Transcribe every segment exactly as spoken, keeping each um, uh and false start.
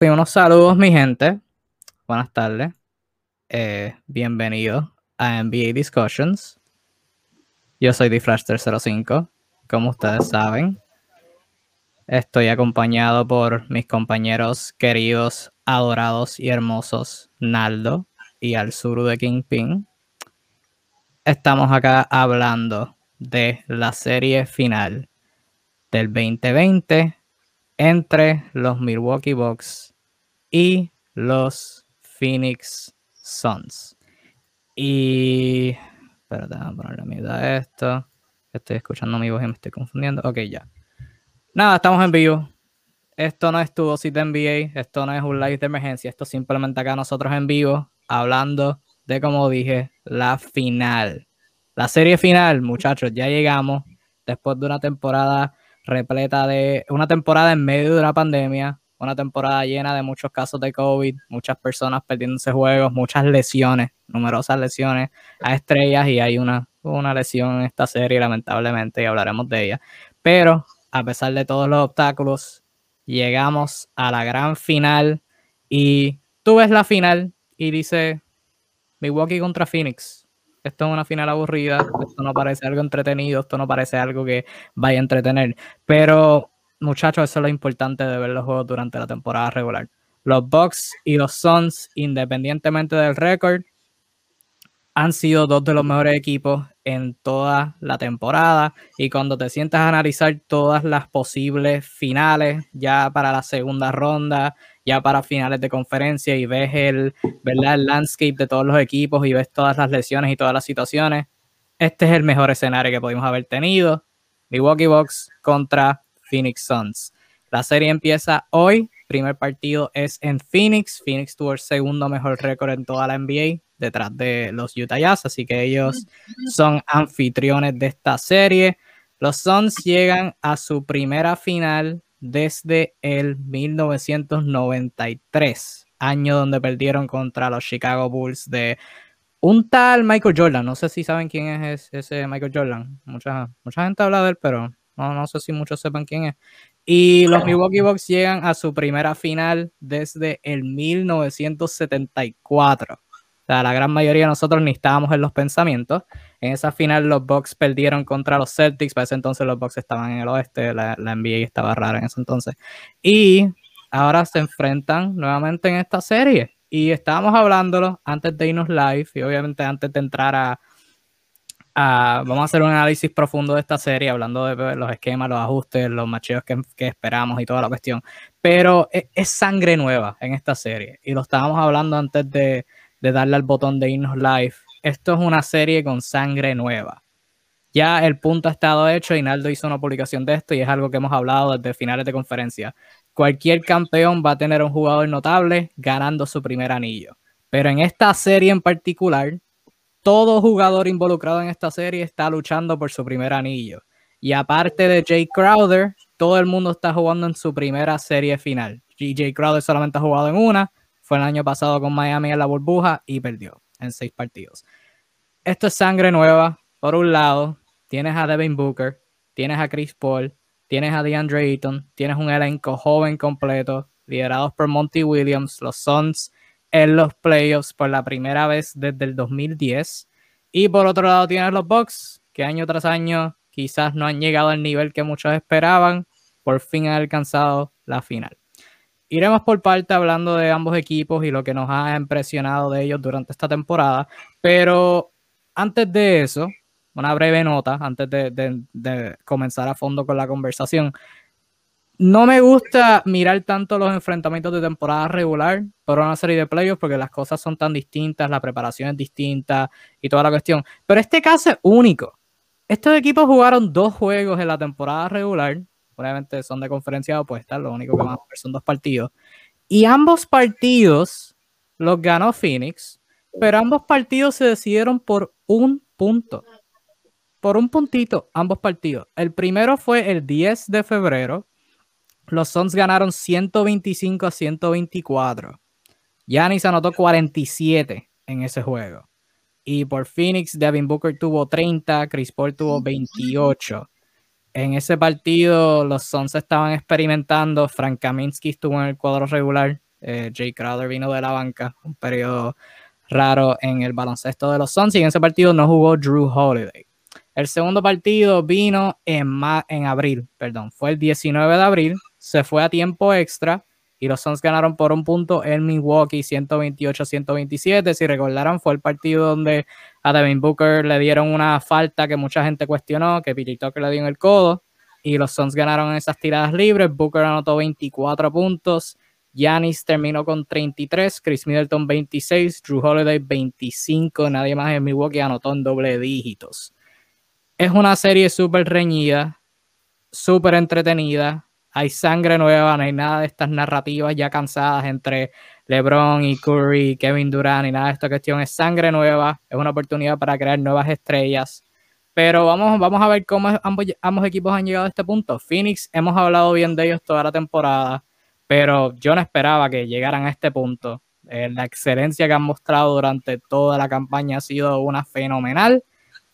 Y unos saludos, mi gente. Buenas tardes. Eh, bienvenidos a N B A Discussions. Yo soy DFlaster cero cinco. Como ustedes saben, estoy acompañado por mis compañeros queridos, adorados y hermosos, Naldo y Alzuru de Kingpin. Estamos acá hablando de la serie final del veinte veinte entre los Milwaukee Bucks y los Phoenix Suns. Y... Espérate, déjame ponerle mitad a esto. Estoy escuchando mi voz y me estoy confundiendo. Ok, ya. Nada, estamos en vivo. Esto no es tu dosis de N B A. Esto no es un live de emergencia. Esto simplemente acá nosotros en vivo, hablando de, como dije, la final. La serie final, muchachos, ya llegamos. Después de una temporada repleta de... Una temporada en medio de una pandemia. Una temporada llena de muchos casos de COVID, muchas personas perdiéndose juegos, muchas lesiones, numerosas lesiones a estrellas, y hay una, una lesión en esta serie, lamentablemente, y hablaremos de ella. Pero, a pesar de todos los obstáculos, llegamos a la gran final, y tú ves la final y dices, Milwaukee contra Phoenix. Esto es una final aburrida, esto no parece algo entretenido, esto no parece algo que vaya a entretener, pero... Muchachos, eso es lo importante de ver los juegos durante la temporada regular. Los Bucks y los Suns, independientemente del récord, han sido dos de los mejores equipos en toda la temporada, y cuando te sientas a analizar todas las posibles finales, ya para la segunda ronda, ya para finales de conferencia, y ves el, ¿verdad? el landscape de todos los equipos y ves todas las lesiones y todas las situaciones, este es el mejor escenario que pudimos haber tenido. Milwaukee Bucks contra Phoenix Suns. La serie empieza hoy. Primer partido es en Phoenix. Phoenix tuvo el segundo mejor récord en toda la N B A, detrás de los Utah Jazz, así que ellos son anfitriones de esta serie. Los Suns llegan a su primera final desde el mil novecientos noventa y tres, año donde perdieron contra los Chicago Bulls de un tal Michael Jordan. No sé si saben quién es ese Michael Jordan. Mucha, mucha gente habla de él, pero no, no sé si muchos sepan quién es. Y los Milwaukee Bucks llegan a su primera final desde el mil novecientos setenta y cuatro. O sea, la gran mayoría de nosotros ni estábamos en los pensamientos. En esa final los Bucks perdieron contra los Celtics. Para ese entonces los Bucks estaban en el oeste. La, la N B A estaba rara en ese entonces. Y ahora se enfrentan nuevamente en esta serie. Y estábamos hablándolo antes de irnos live, y obviamente antes de entrar a, a... Vamos a hacer un análisis profundo de esta serie, hablando de los esquemas, los ajustes, los macheos que, que esperamos y toda la cuestión. Pero es, es sangre nueva en esta serie. Y lo estábamos hablando antes de, de darle al botón de irnos live. Esto es una serie con sangre nueva. Ya el punto ha estado hecho, y Naldo hizo una publicación de esto, y es algo que hemos hablado desde finales de conferencia. Cualquier campeón va a tener un jugador notable ganando su primer anillo. Pero en esta serie en particular, todo jugador involucrado en esta serie está luchando por su primer anillo. Y aparte de Jay Crowder, todo el mundo está jugando en su primera serie final. Jay Crowder solamente ha jugado en una, fue el año pasado con Miami en la burbuja y perdió en seis partidos. Esto es sangre nueva. Por un lado, tienes a Devin Booker, tienes a Chris Paul, tienes a DeAndre Ayton, tienes un elenco joven completo, liderados por Monty Williams, los Suns en los playoffs por la primera vez desde el dos mil diez. Y por otro lado tienes los Bucks, que año tras año quizás no han llegado al nivel que muchos esperaban, por fin han alcanzado la final. Iremos por parte hablando de ambos equipos y lo que nos ha impresionado de ellos durante esta temporada, pero antes de eso, una breve nota, antes de, de, de comenzar a fondo con la conversación. No me gusta mirar tanto los enfrentamientos de temporada regular por una serie de playoffs, porque las cosas son tan distintas, la preparación es distinta y toda la cuestión. Pero este caso es único. Estos equipos jugaron dos juegos en la temporada regular. Obviamente son de conferencia opuesta, lo único que van a jugar son dos partidos. Y ambos partidos los ganó Phoenix, pero ambos partidos se decidieron por un punto. Por un puntito, ambos partidos. El primero fue el diez de febrero. Los Suns ganaron ciento veinticinco a ciento veinticuatro. Giannis anotó cuarenta y siete en ese juego. Y por Phoenix, Devin Booker tuvo treinta, Chris Paul tuvo veintiocho. En ese partido, los Suns estaban experimentando. Frank Kaminsky estuvo en el cuadro regular. Eh, Jay Crowder vino de la banca, un periodo raro en el baloncesto de los Suns, y en ese partido no jugó Drew Holiday. El segundo partido vino en, ma en abril, perdón, fue el diecinueve de abril, se fue a tiempo extra y los Suns ganaron por un punto en Milwaukee, ciento veintiocho a ciento veintisiete. Si recordarán, fue el partido donde a Devin Booker le dieron una falta que mucha gente cuestionó, que P J Tucker le dio en el codo, y los Suns ganaron esas tiradas libres. Booker anotó veinticuatro puntos, Giannis terminó con treinta y tres, Chris Middleton veintiséis, Drew Holiday veinticinco, nadie más en Milwaukee anotó en doble dígitos. Es una serie súper reñida, súper entretenida, hay sangre nueva, no hay nada de estas narrativas ya cansadas entre LeBron y Curry, Kevin Durant y nada de esta cuestión. Es sangre nueva, es una oportunidad para crear nuevas estrellas. Pero vamos, vamos a ver cómo ambos, ambos equipos han llegado a este punto. Phoenix, hemos hablado bien de ellos toda la temporada, pero yo no esperaba que llegaran a este punto. Eh, la excelencia que han mostrado durante toda la campaña ha sido una fenomenal.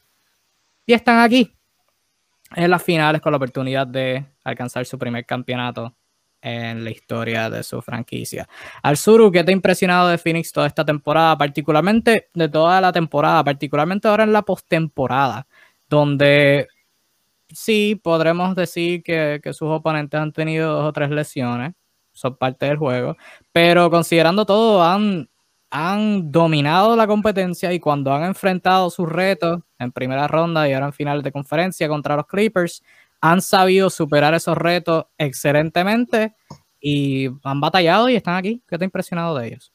Y están aquí en las finales con la oportunidad de alcanzar su primer campeonato en la historia de su franquicia. Arzuru, ¿qué te ha impresionado de Phoenix toda esta temporada? Particularmente de toda la temporada, particularmente ahora en la postemporada, donde sí podremos decir que, que sus oponentes han tenido dos o tres lesiones, son parte del juego, pero considerando todo han, han dominado la competencia, y cuando han enfrentado sus retos en primera ronda y ahora en finales de conferencia contra los Clippers, han sabido superar esos retos excelentemente y han batallado y están aquí. ¿Qué te ha impresionado de ellos?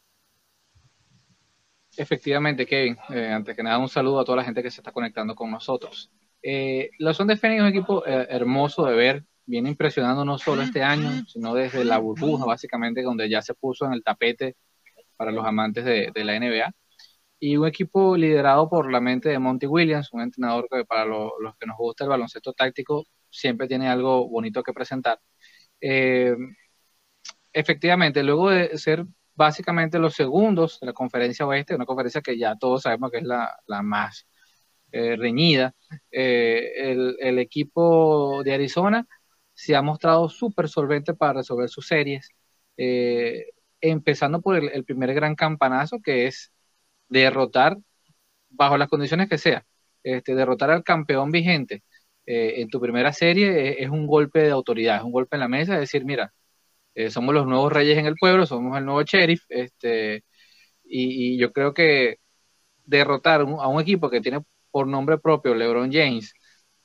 Efectivamente, Kevin, eh, antes que nada un saludo a toda la gente que se está conectando con nosotros. Eh, los Suns de Phoenix es un equipo eh, hermoso de ver, viene impresionando no solo este año, sino desde la burbuja, básicamente, donde ya se puso en el tapete para los amantes de, de la N B A. Y un equipo liderado por la mente de Monty Williams, un entrenador que para lo, los que nos gusta el baloncesto táctico siempre tiene algo bonito que presentar. Eh, efectivamente, luego de ser básicamente los segundos de la conferencia oeste, una conferencia que ya todos sabemos que es la, la más eh, reñida, eh, el, el equipo de Arizona se ha mostrado súper solvente para resolver sus series, eh, empezando por el, el primer gran campanazo, que es derrotar, bajo las condiciones que sea, este, derrotar al campeón vigente eh, en tu primera serie es, es un golpe de autoridad, es un golpe en la mesa, es decir, mira, eh, somos los nuevos reyes en el pueblo, somos el nuevo sheriff, este, y, y yo creo que derrotar a un equipo que tiene por nombre propio LeBron James,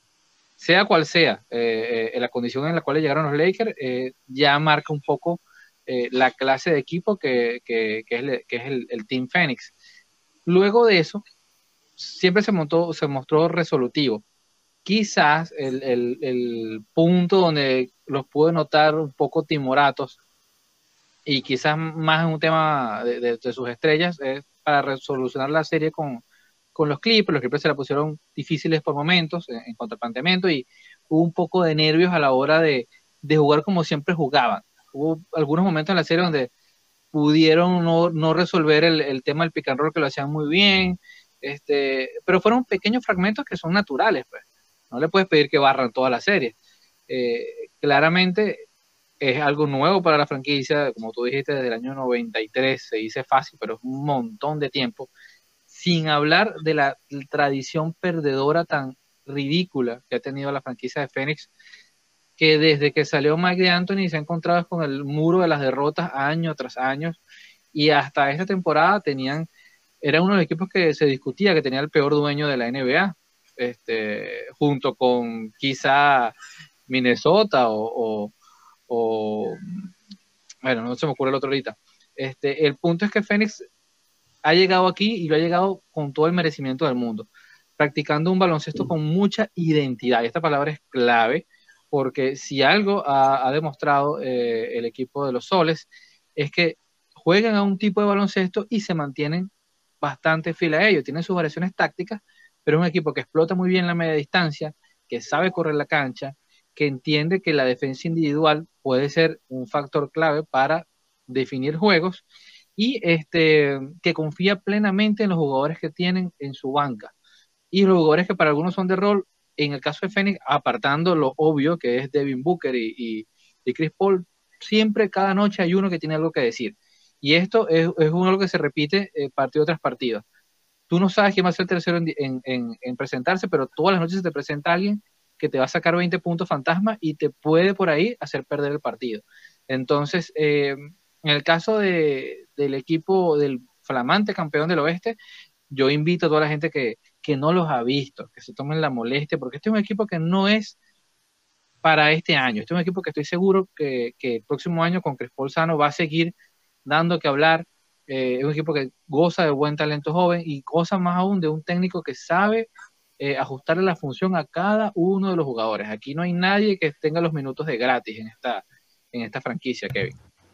sea cual sea eh, eh, la condición en la cual llegaron los Lakers, eh, ya marca un poco eh, la clase de equipo que, que, que es, que es el, el Team Phoenix. Luego de eso, siempre se, montó, se mostró resolutivo. Quizás el, el, el punto donde los pude notar un poco timoratos, y quizás más en un tema de, de, de sus estrellas, es para resolucionar la serie con, con los Clippers. Los Clippers se la pusieron difíciles por momentos en, en contraplanteamiento, y hubo un poco de nervios a la hora de, de jugar como siempre jugaban. Hubo algunos momentos en la serie donde pudieron no, no resolver el, el tema del pick and roll, que lo hacían muy bien, este, pero fueron pequeños fragmentos que son naturales, pues. No le puedes pedir que barran toda la serie. Eh, claramente es algo nuevo para la franquicia, como tú dijiste, desde el año noventa y tres, se dice fácil, pero es un montón de tiempo, sin hablar de la tradición perdedora tan ridícula que ha tenido la franquicia de Phoenix, que desde que salió Mike D'Antoni se ha encontrado con el muro de las derrotas año tras año, y hasta esta temporada tenían, era uno de los equipos que se discutía que tenía el peor dueño de la N B A, este, junto con quizá Minnesota o, o, o bueno, no se me ocurre el otro ahorita. Este, el punto es que Phoenix ha llegado aquí y lo ha llegado con todo el merecimiento del mundo, practicando un baloncesto con mucha identidad, y esta palabra es clave, porque si algo ha, ha demostrado eh, el equipo de los Soles es que juegan a un tipo de baloncesto y se mantienen bastante fieles a ello. Tienen sus variaciones tácticas, pero es un equipo que explota muy bien la media distancia, que sabe correr la cancha, que entiende que la defensa individual puede ser un factor clave para definir juegos, y este, que confía plenamente en los jugadores que tienen en su banca. Y los jugadores que para algunos son de rol, en el caso de Phoenix, apartando lo obvio que es Devin Booker y, y, y Chris Paul, siempre cada noche hay uno que tiene algo que decir. Y esto es, es uno de lo que se repite eh, partido tras partido. Tú no sabes quién va a ser el tercero en, en, en, en presentarse, pero todas las noches se te presenta alguien que te va a sacar veinte puntos fantasma y te puede por ahí hacer perder el partido. Entonces, eh, en el caso de, del equipo del flamante campeón del oeste, yo invito a toda la gente que, que no los ha visto, que se tomen la molestia, porque este es un equipo que no es para este año. Este es un equipo que estoy seguro que, que el próximo año con Chris Paul sano va a seguir dando que hablar. Eh, es un equipo que goza de buen talento joven y goza más aún de un técnico que sabe eh, ajustarle la función a cada uno de los jugadores. Aquí no hay nadie que tenga los minutos de gratis en esta, en esta franquicia, Kevin.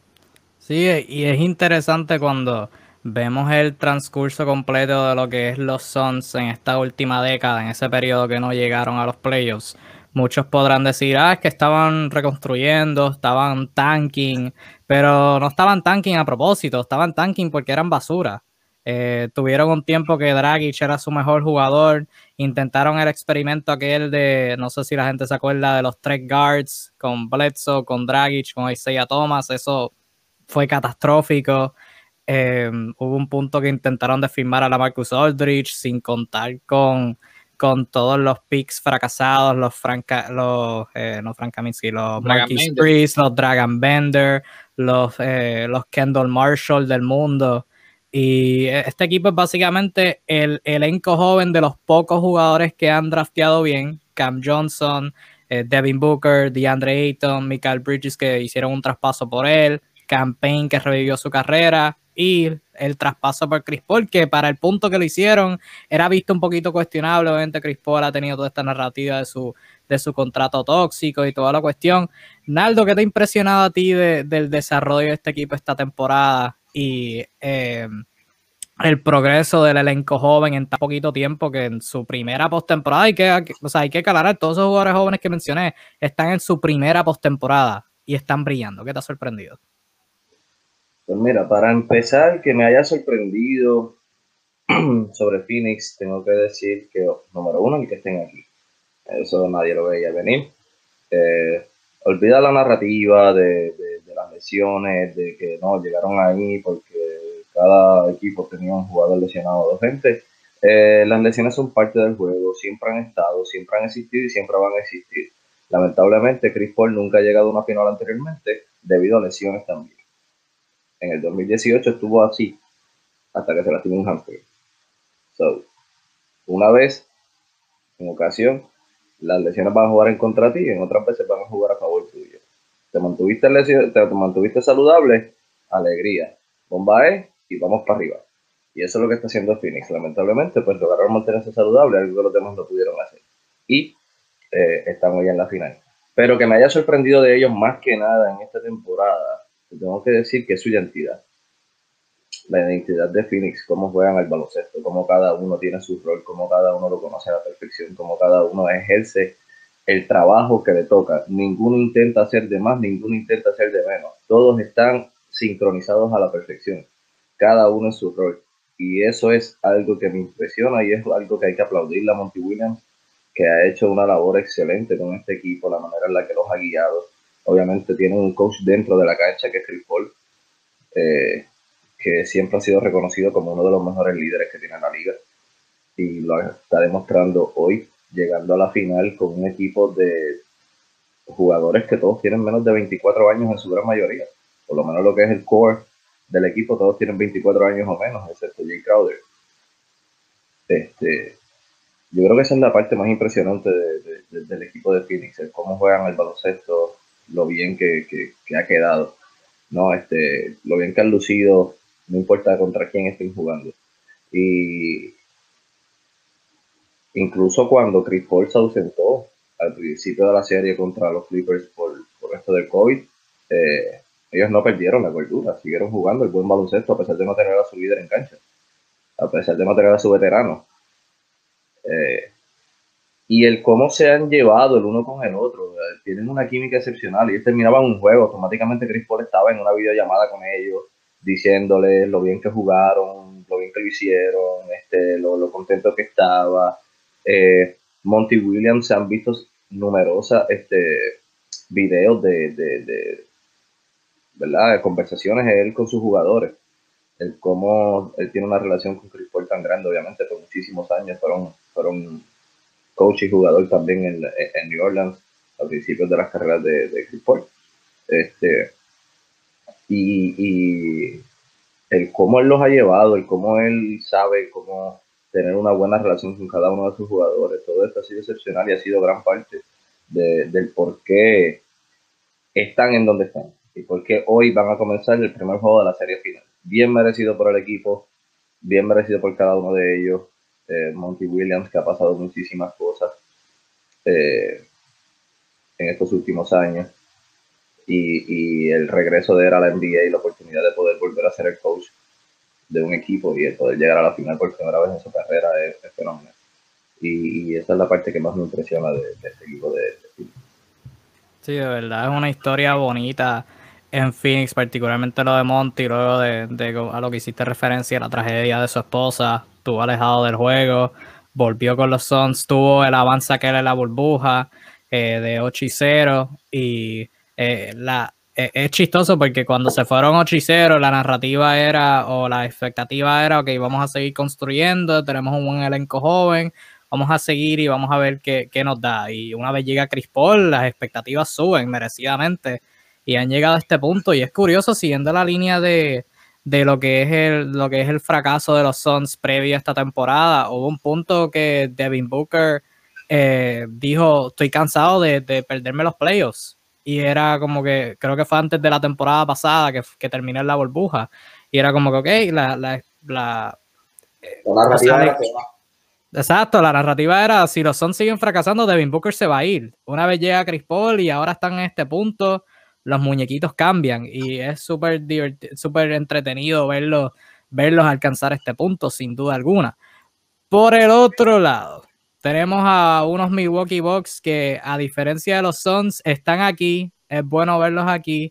Sí, y es interesante cuando vemos el transcurso completo de lo que es los Suns en esta última década, en ese periodo que no llegaron a los playoffs. Muchos podrán decir, ah, es que estaban reconstruyendo, estaban tanking, pero no estaban tanking a propósito, estaban tanking porque eran basura. Eh, tuvieron un tiempo que Dragic era su mejor jugador, intentaron el experimento aquel de, no sé si la gente se acuerda de los tres guards, con Bledsoe, con Dragic, con Isaiah Thomas, eso fue catastrófico. Eh, hubo un punto que intentaron de firmar a la Marcus Aldridge sin contar con, con todos los picks fracasados, los Franca, los eh, no Frank Kaminsky, los Dragan Marquis Bender. Priest, los Dragan Bender, los, eh, los Kendall Marshall del mundo. Y este equipo es básicamente el elenco joven de los pocos jugadores que han drafteado bien. Cam Johnson, eh, Devin Booker, DeAndre Ayton, Michael Bridges, que hicieron un traspaso por él, Campaign, que revivió su carrera, y el traspaso por Chris Paul, que para el punto que lo hicieron era visto un poquito cuestionable. Obviamente Chris Paul ha tenido toda esta narrativa de su, de su contrato tóxico y toda la cuestión. Naldo, ¿qué te ha impresionado a ti de, del desarrollo de este equipo esta temporada y eh, el progreso del elenco joven en tan poquito tiempo, que en su primera postemporada hay que, o sea, hay que aclarar, todos esos jugadores jóvenes que mencioné están en su primera postemporada y están brillando? ¿Qué te ha sorprendido? Pues mira, para empezar, que me haya sorprendido sobre Phoenix, tengo que decir que, número uno, el que estén aquí. Eso nadie lo veía venir. Eh, olvida la narrativa de, de, de las lesiones, de que no llegaron ahí porque cada equipo tenía un jugador lesionado o dos gente. Eh, las lesiones son parte del juego, siempre han estado, siempre han existido y siempre van a existir. Lamentablemente, Chris Paul nunca ha llegado a una final anteriormente debido a lesiones también. En el dos mil dieciocho estuvo así hasta que se lastimó un hamstring. So, una vez, en ocasión, las lesiones van a jugar en contra de ti, en otras veces van a jugar a favor tuyo. Te mantuviste, lesión, te mantuviste saludable, alegría, bomba E y vamos para arriba. Y eso es lo que está haciendo Phoenix. Lamentablemente, pues lograron mantenerse saludable, algo que los demás no pudieron hacer. Y eh, están hoy en la final. Pero que me haya sorprendido de ellos más que nada en esta temporada, tengo que decir que es su identidad. La identidad de Phoenix, cómo juegan al baloncesto, cómo cada uno tiene su rol, cómo cada uno lo conoce a la perfección, cómo cada uno ejerce el trabajo que le toca. Ninguno intenta hacer de más, ninguno intenta hacer de menos. Todos están sincronizados a la perfección, cada uno en su rol. Y eso es algo que me impresiona y es algo que hay que aplaudirle a Monty Williams, que ha hecho una labor excelente con este equipo, la manera en la que los ha guiado. Obviamente tienen un coach dentro de la cancha que es Chris Paul, eh, que siempre ha sido reconocido como uno de los mejores líderes que tiene la liga y lo está demostrando hoy, llegando a la final con un equipo de jugadores que todos tienen menos de veinticuatro años en su gran mayoría, por lo menos lo que es el core del equipo, todos tienen veinticuatro años o menos, excepto Jay Crowder. Este, yo creo que esa es la parte más impresionante de, de, de, del equipo de Phoenix, el cómo juegan el baloncesto, lo bien que, que, que ha quedado, ¿no? Este, lo bien que han lucido, no importa contra quién estén jugando. Y incluso cuando Chris Paul se ausentó al principio de la serie contra los Clippers por, por esto del COVID, eh, ellos no perdieron la cordura, siguieron jugando el buen baloncesto a pesar de no tener a su líder en cancha, a pesar de no tener a su veterano. Eh, y el cómo se han llevado el uno con el otro, eh, tienen una química excepcional. Ellos terminaban un juego, automáticamente Chris Paul estaba en una videollamada con ellos, diciéndoles lo bien que jugaron, lo bien que lo hicieron, este, lo, lo contento que estaba. Eh, Monty Williams, se han visto numerosas este, videos de, de, de, ¿verdad? Conversaciones él con sus jugadores, el cómo él tiene una relación con Chris Paul tan grande, obviamente por muchísimos años fueron, fueron coach y jugador también en, en New Orleans a principios de las carreras de, de Chris Paul. Este, y, y el cómo él los ha llevado, el cómo él sabe cómo tener una buena relación con cada uno de sus jugadores, todo esto ha sido excepcional y ha sido gran parte de, del por qué están en donde están y por qué hoy van a comenzar el primer juego de la serie final. Bien merecido por el equipo, bien merecido por cada uno de ellos. Eh, Monty Williams, que ha pasado muchísimas cosas eh, en estos últimos años, y, y el regreso de él a la N B A y la oportunidad de poder volver a ser el coach de un equipo y el poder llegar a la final por primera vez en su carrera es, es fenomenal. Y, y esa es la parte que más me impresiona de, de este equipo de, de Phoenix. Sí, de verdad, es una historia bonita en Phoenix, particularmente lo de Monty, luego de, de a lo que hiciste referencia, la tragedia de su esposa, estuvo alejado del juego, volvió con los Suns, tuvo el avance que era la burbuja eh, de ocho y cero y eh, la, eh, es chistoso porque cuando se fueron ocho y cero la narrativa era, o la expectativa era, ok, vamos a seguir construyendo, tenemos un buen elenco joven, vamos a seguir y vamos a ver qué, qué nos da. Y una vez llega Chris Paul, las expectativas suben merecidamente y han llegado a este punto. Y es curioso, siguiendo la línea de, de lo, que es el, lo que es el fracaso de los Suns previo a esta temporada, hubo un punto que Devin Booker eh, dijo, estoy cansado de, de perderme los playoffs. Y era como que, creo que fue antes de la temporada pasada que, que terminé en la burbuja. Y era como que, ok, la... la, la, la narrativa era que Exacto, la narrativa era, si los Suns siguen fracasando, Devin Booker se va a ir. Una vez llega Chris Paul y ahora están en este punto, los muñequitos cambian y es súper súper entretenido verlos, verlos alcanzar este punto, sin duda alguna. Por el otro lado, tenemos a unos Milwaukee Bucks que, a diferencia de los Suns, están aquí, es bueno verlos aquí,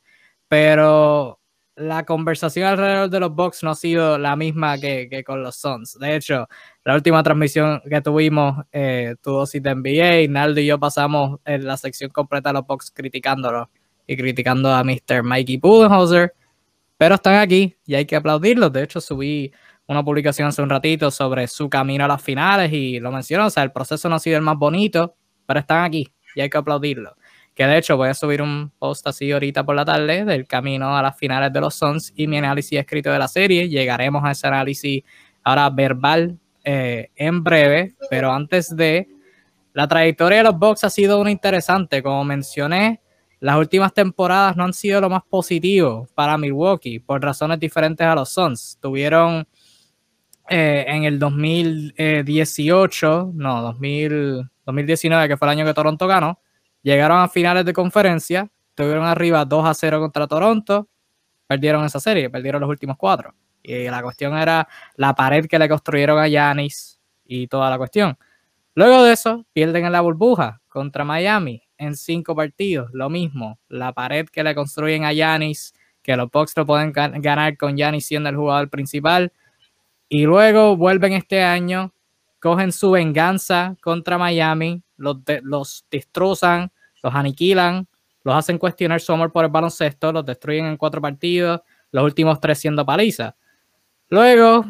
pero la conversación alrededor de los Bucks no ha sido la misma que, que con los Suns. De hecho, la última transmisión que tuvimos, eh, tu dosis de N B A, Naldo y yo pasamos en la sección completa de los Bucks criticándolos y criticando a mister Mikey Budenholzer, pero están aquí y hay que aplaudirlos. De hecho, subí una publicación hace un ratito sobre su camino a las finales y lo menciono, o sea, el proceso no ha sido el más bonito, pero están aquí y hay que aplaudirlo. Que de hecho voy a subir un post así ahorita por la tarde del camino a las finales de los Suns y mi análisis escrito de la serie. Llegaremos a ese análisis ahora verbal eh, en breve, pero antes de, la trayectoria de los Bucks ha sido una interesante. Como mencioné, las últimas temporadas no han sido lo más positivo para Milwaukee por razones diferentes a los Suns. Tuvieron eh, en el dos mil dieciocho, no, dos mil, dos mil diecinueve, que fue el año que Toronto ganó, llegaron a finales de conferencia, estuvieron arriba dos a cero contra Toronto, perdieron esa serie, perdieron los últimos cuatro. Y la cuestión era la pared que le construyeron a Giannis y toda la cuestión. Luego de eso, pierden en la burbuja contra Miami en cinco partidos. Lo mismo, la pared que le construyen a Giannis, que los Bucks lo pueden ganar con Giannis siendo el jugador principal. Y luego vuelven este año, cogen su venganza contra Miami, los, de, los destrozan, los aniquilan, los hacen cuestionar su amor por el baloncesto, los destruyen en cuatro partidos, los últimos tres siendo paliza. Luego,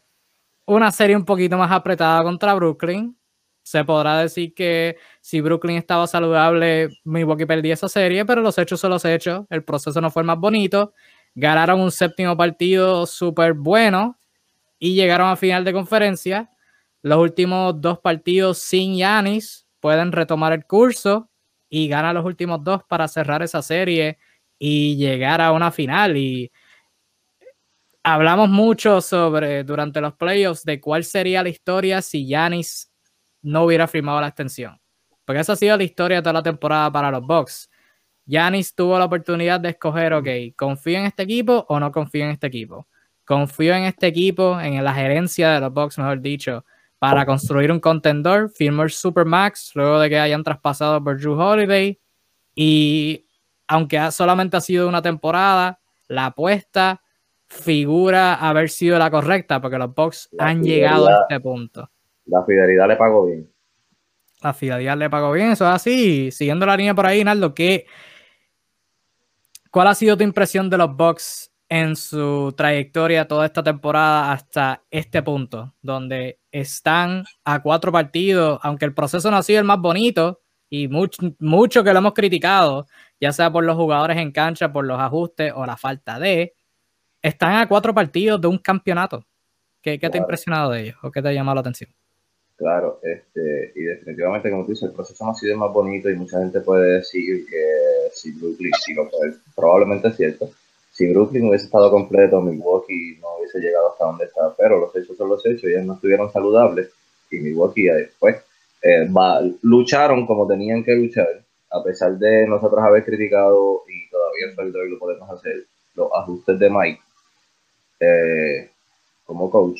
una serie un poquito más apretada contra Brooklyn. Se podrá decir que si Brooklyn estaba saludable, Milwaukee perdía esa serie, pero los hechos son los hechos. El proceso no fue el más bonito. Ganaron un séptimo partido súper bueno y llegaron a final de conferencia. Los últimos dos partidos sin Giannis pueden retomar el curso y ganan los últimos dos para cerrar esa serie y llegar a una final. Y hablamos mucho sobre, durante los playoffs, de cuál sería la historia si Giannis no hubiera firmado la extensión. Porque esa ha sido la historia de toda la temporada para los Bucks. Giannis tuvo la oportunidad de escoger, ok, ¿confío en este equipo o no confío en este equipo? Confío en este equipo, en la gerencia de los Bucks, mejor dicho, para construir un contendor, firmó el Supermax luego de que hayan traspasado por Jrue Holiday. Y aunque solamente ha sido una temporada, la apuesta figura haber sido la correcta porque los Bucks han llegado a este punto. La fidelidad le pagó bien. La fidelidad le pagó bien, eso es así. Siguiendo la línea por ahí, Naldo, ¿qué, ¿cuál ha sido tu impresión de los Bucks en su trayectoria toda esta temporada hasta este punto, donde están a cuatro partidos, aunque el proceso no ha sido el más bonito y mucho, mucho que lo hemos criticado, ya sea por los jugadores en cancha, por los ajustes o la falta de, están a cuatro partidos de un campeonato? ¿Qué, qué Claro. te ha impresionado de ellos o qué te ha llamado la atención? Claro, este, y definitivamente, como tú dices, el proceso no ha sido el más bonito y mucha gente puede decir que si Brooklyn, si lo puede, probablemente es cierto, si Brooklyn hubiese estado completo, Milwaukee no hubiese llegado hasta donde está, pero los hechos son los hechos, ellos no estuvieron saludables y Milwaukee después eh, va, lucharon como tenían que luchar, a pesar de nosotros haber criticado y todavía el día de hoy lo podemos hacer, los ajustes de Mike eh, como coach.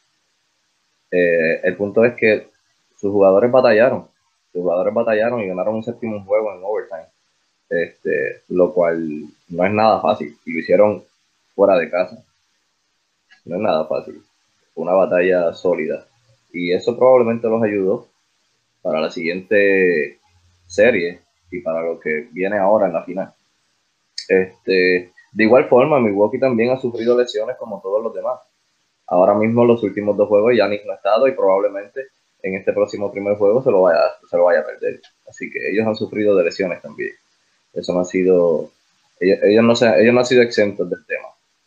Eh, el punto es que sus jugadores batallaron, sus jugadores batallaron y ganaron un séptimo juego en overtime, este, lo cual no es nada fácil, y lo hicieron fuera de casa, no es nada fácil, una batalla sólida, y eso probablemente los ayudó para la siguiente serie y para lo que viene ahora en la final. Este, de igual forma, Milwaukee también ha sufrido lesiones como todos los demás. Ahora mismo los últimos dos juegos Giannis no ha estado y probablemente en este próximo primer juego se lo vaya, se lo vaya a perder. Así que ellos han sufrido de lesiones también. Eso no ha sido, ellos, ellos no, se, ellos no han sido exentos del tema.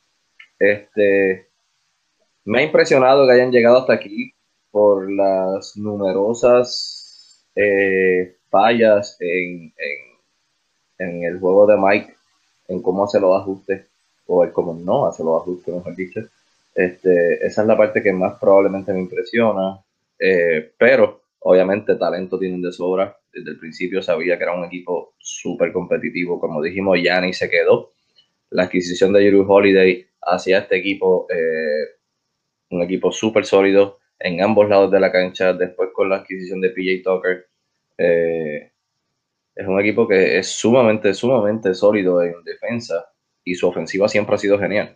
Este, me ha impresionado que hayan llegado hasta aquí por las numerosas eh, fallas en, en, en el juego de Mike, en cómo hace los ajustes, o el cómo no hace los ajustes, mejor dicho. Este, esa es la parte que más probablemente me impresiona, eh, pero obviamente talento tienen de sobra. Desde el principio sabía que era un equipo súper competitivo. Como dijimos, Giannis se quedó. La adquisición de Jrue Holiday hacía este equipo eh, un equipo súper sólido en ambos lados de la cancha. Después con la adquisición de P J Tucker, eh, es un equipo que es sumamente, sumamente sólido en defensa y su ofensiva siempre ha sido genial.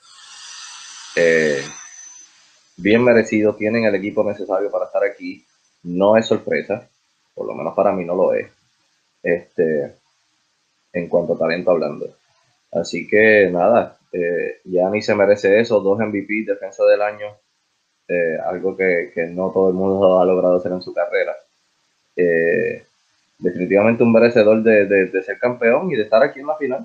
Eh, bien merecido, tienen el equipo necesario para estar aquí. No es sorpresa, por lo menos para mí no lo es, este, en cuanto a talento hablando. Así que nada, eh, Giannis se merece eso, dos M V P, defensa del año, eh, algo que, que no todo el mundo ha logrado hacer en su carrera. Eh, definitivamente un merecedor de, de, de ser campeón y de estar aquí en la final.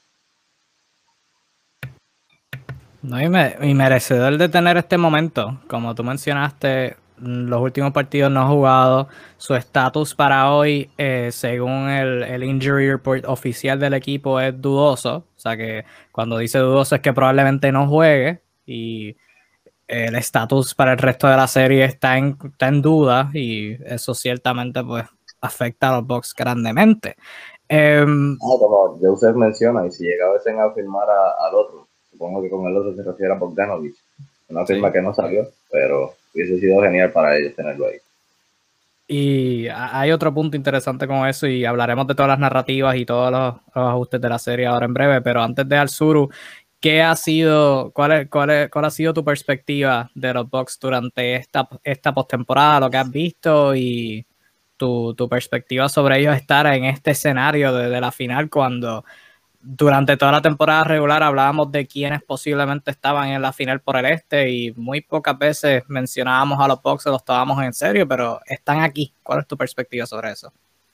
No, y, me, y merecedor de tener este momento. Como tú mencionaste, los últimos partidos no ha jugado. Su estatus para hoy, eh, según el, el injury report oficial del equipo, es dudoso. O sea que cuando dice dudoso es que probablemente no juegue. Y el estatus para el resto de la serie está en, está en duda. Y eso ciertamente pues afecta a los Bucks grandemente. Um, ah, como Joseph menciona, y si llegase a firmar a, al otro, supongo que con el otro se refiere a Bogdanovich, una firma sí. que no salió, pero hubiese sido genial para ellos tenerlo ahí. Y hay otro punto interesante con eso y hablaremos de todas las narrativas y todos los, los ajustes de la serie ahora en breve, pero antes de Al-Suru, ¿qué ha sido, cuál, es, cuál, es, cuál ha sido tu perspectiva de los Bucks durante esta, esta postemporada, lo que has visto y tu, tu perspectiva sobre ellos estar en este escenario de, de la final cuando durante toda la temporada regular hablábamos de quienes posiblemente estaban en la final por el este y muy pocas veces mencionábamos a los Bucks o los tomábamos en serio, pero están aquí. ¿Cuál es tu perspectiva sobre eso?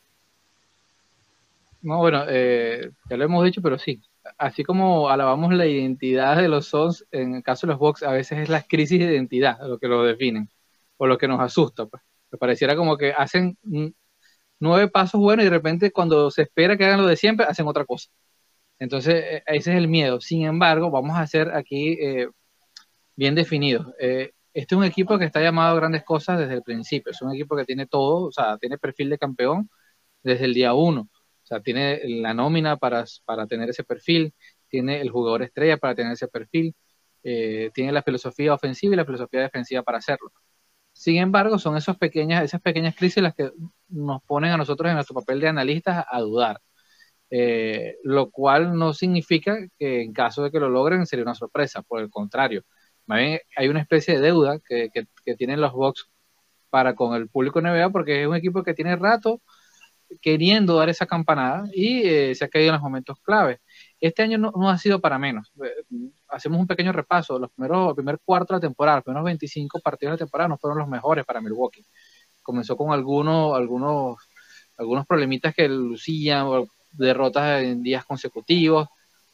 No, bueno, eh, ya lo hemos dicho, pero sí. Así como alabamos la identidad de los Suns, en el caso de los Bucks, a veces es la crisis de identidad lo que lo definen, o lo que nos asusta. Pues. Me pareciera como que hacen nueve pasos buenos y de repente cuando se espera que hagan lo de siempre, hacen otra cosa. Entonces, ese es el miedo. Sin embargo, vamos a hacer aquí eh, bien definidos. Eh, este es un equipo que está llamado a grandes cosas desde el principio. Es un equipo que tiene todo, o sea, tiene perfil de campeón desde el día uno. O sea, tiene la nómina para, para tener ese perfil, tiene el jugador estrella para tener ese perfil, eh, tiene la filosofía ofensiva y la filosofía defensiva para hacerlo. Sin embargo, son esas pequeñas, esas pequeñas crisis las que nos ponen a nosotros en nuestro papel de analistas a dudar. Eh, lo cual no significa que en caso de que lo logren sería una sorpresa, por el contrario, más bien hay una especie de deuda que, que, que tienen los Bucks para con el público N B A porque es un equipo que tiene rato queriendo dar esa campanada y eh, se ha caído en los momentos clave. Este año no, no ha sido para menos. Hacemos un pequeño repaso. Los primeros, el primer cuarto de la temporada, los primeros veinticinco partidos de la temporada no fueron los mejores para Milwaukee. Comenzó con algunos, algunos, algunos problemitas que lucían, derrotas en días consecutivos.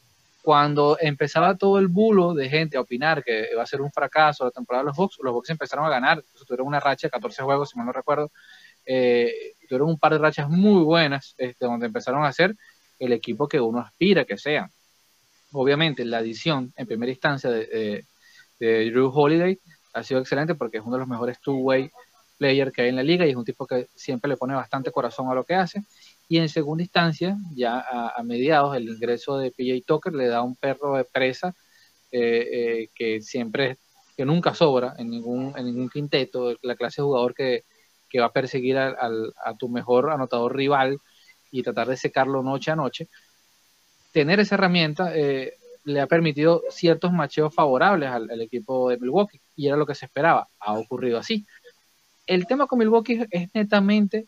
Cuando empezaba todo el bulo de gente a opinar que iba a ser un fracaso la temporada de los Bucks, los Bucks empezaron a ganar. Tuvieron una racha de catorce juegos, si mal no recuerdo. Eh, tuvieron un par de rachas muy buenas, este, donde empezaron a ser el equipo que uno aspira que sean. Obviamente, la adición en primera instancia de, de, de Jrue Holiday ha sido excelente porque es uno de los mejores two-way players que hay en la liga y es un tipo que siempre le pone bastante corazón a lo que hace. Y en segunda instancia, ya a, a mediados, el ingreso de P J Tucker le da un perro de presa eh, eh, que siempre, que nunca sobra en ningún, en ningún quinteto, la clase de jugador que, que va a perseguir a, a, a tu mejor anotador rival y tratar de secarlo noche a noche. Tener esa herramienta eh, le ha permitido ciertos macheos favorables al, al equipo de Milwaukee y era lo que se esperaba. Ha ocurrido así. El tema con Milwaukee es netamente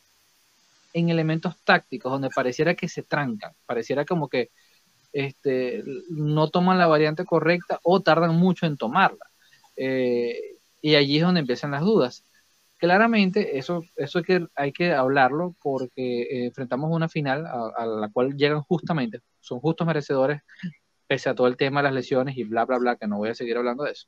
en elementos tácticos, donde pareciera que se trancan, pareciera como que este, no toman la variante correcta o tardan mucho en tomarla. Eh, y allí es donde empiezan las dudas. Claramente, eso, eso hay, que, hay que hablarlo porque eh, enfrentamos una final a, a la cual llegan justamente, son justos merecedores, pese a todo el tema de las lesiones y bla, bla, bla, que no voy a seguir hablando de eso.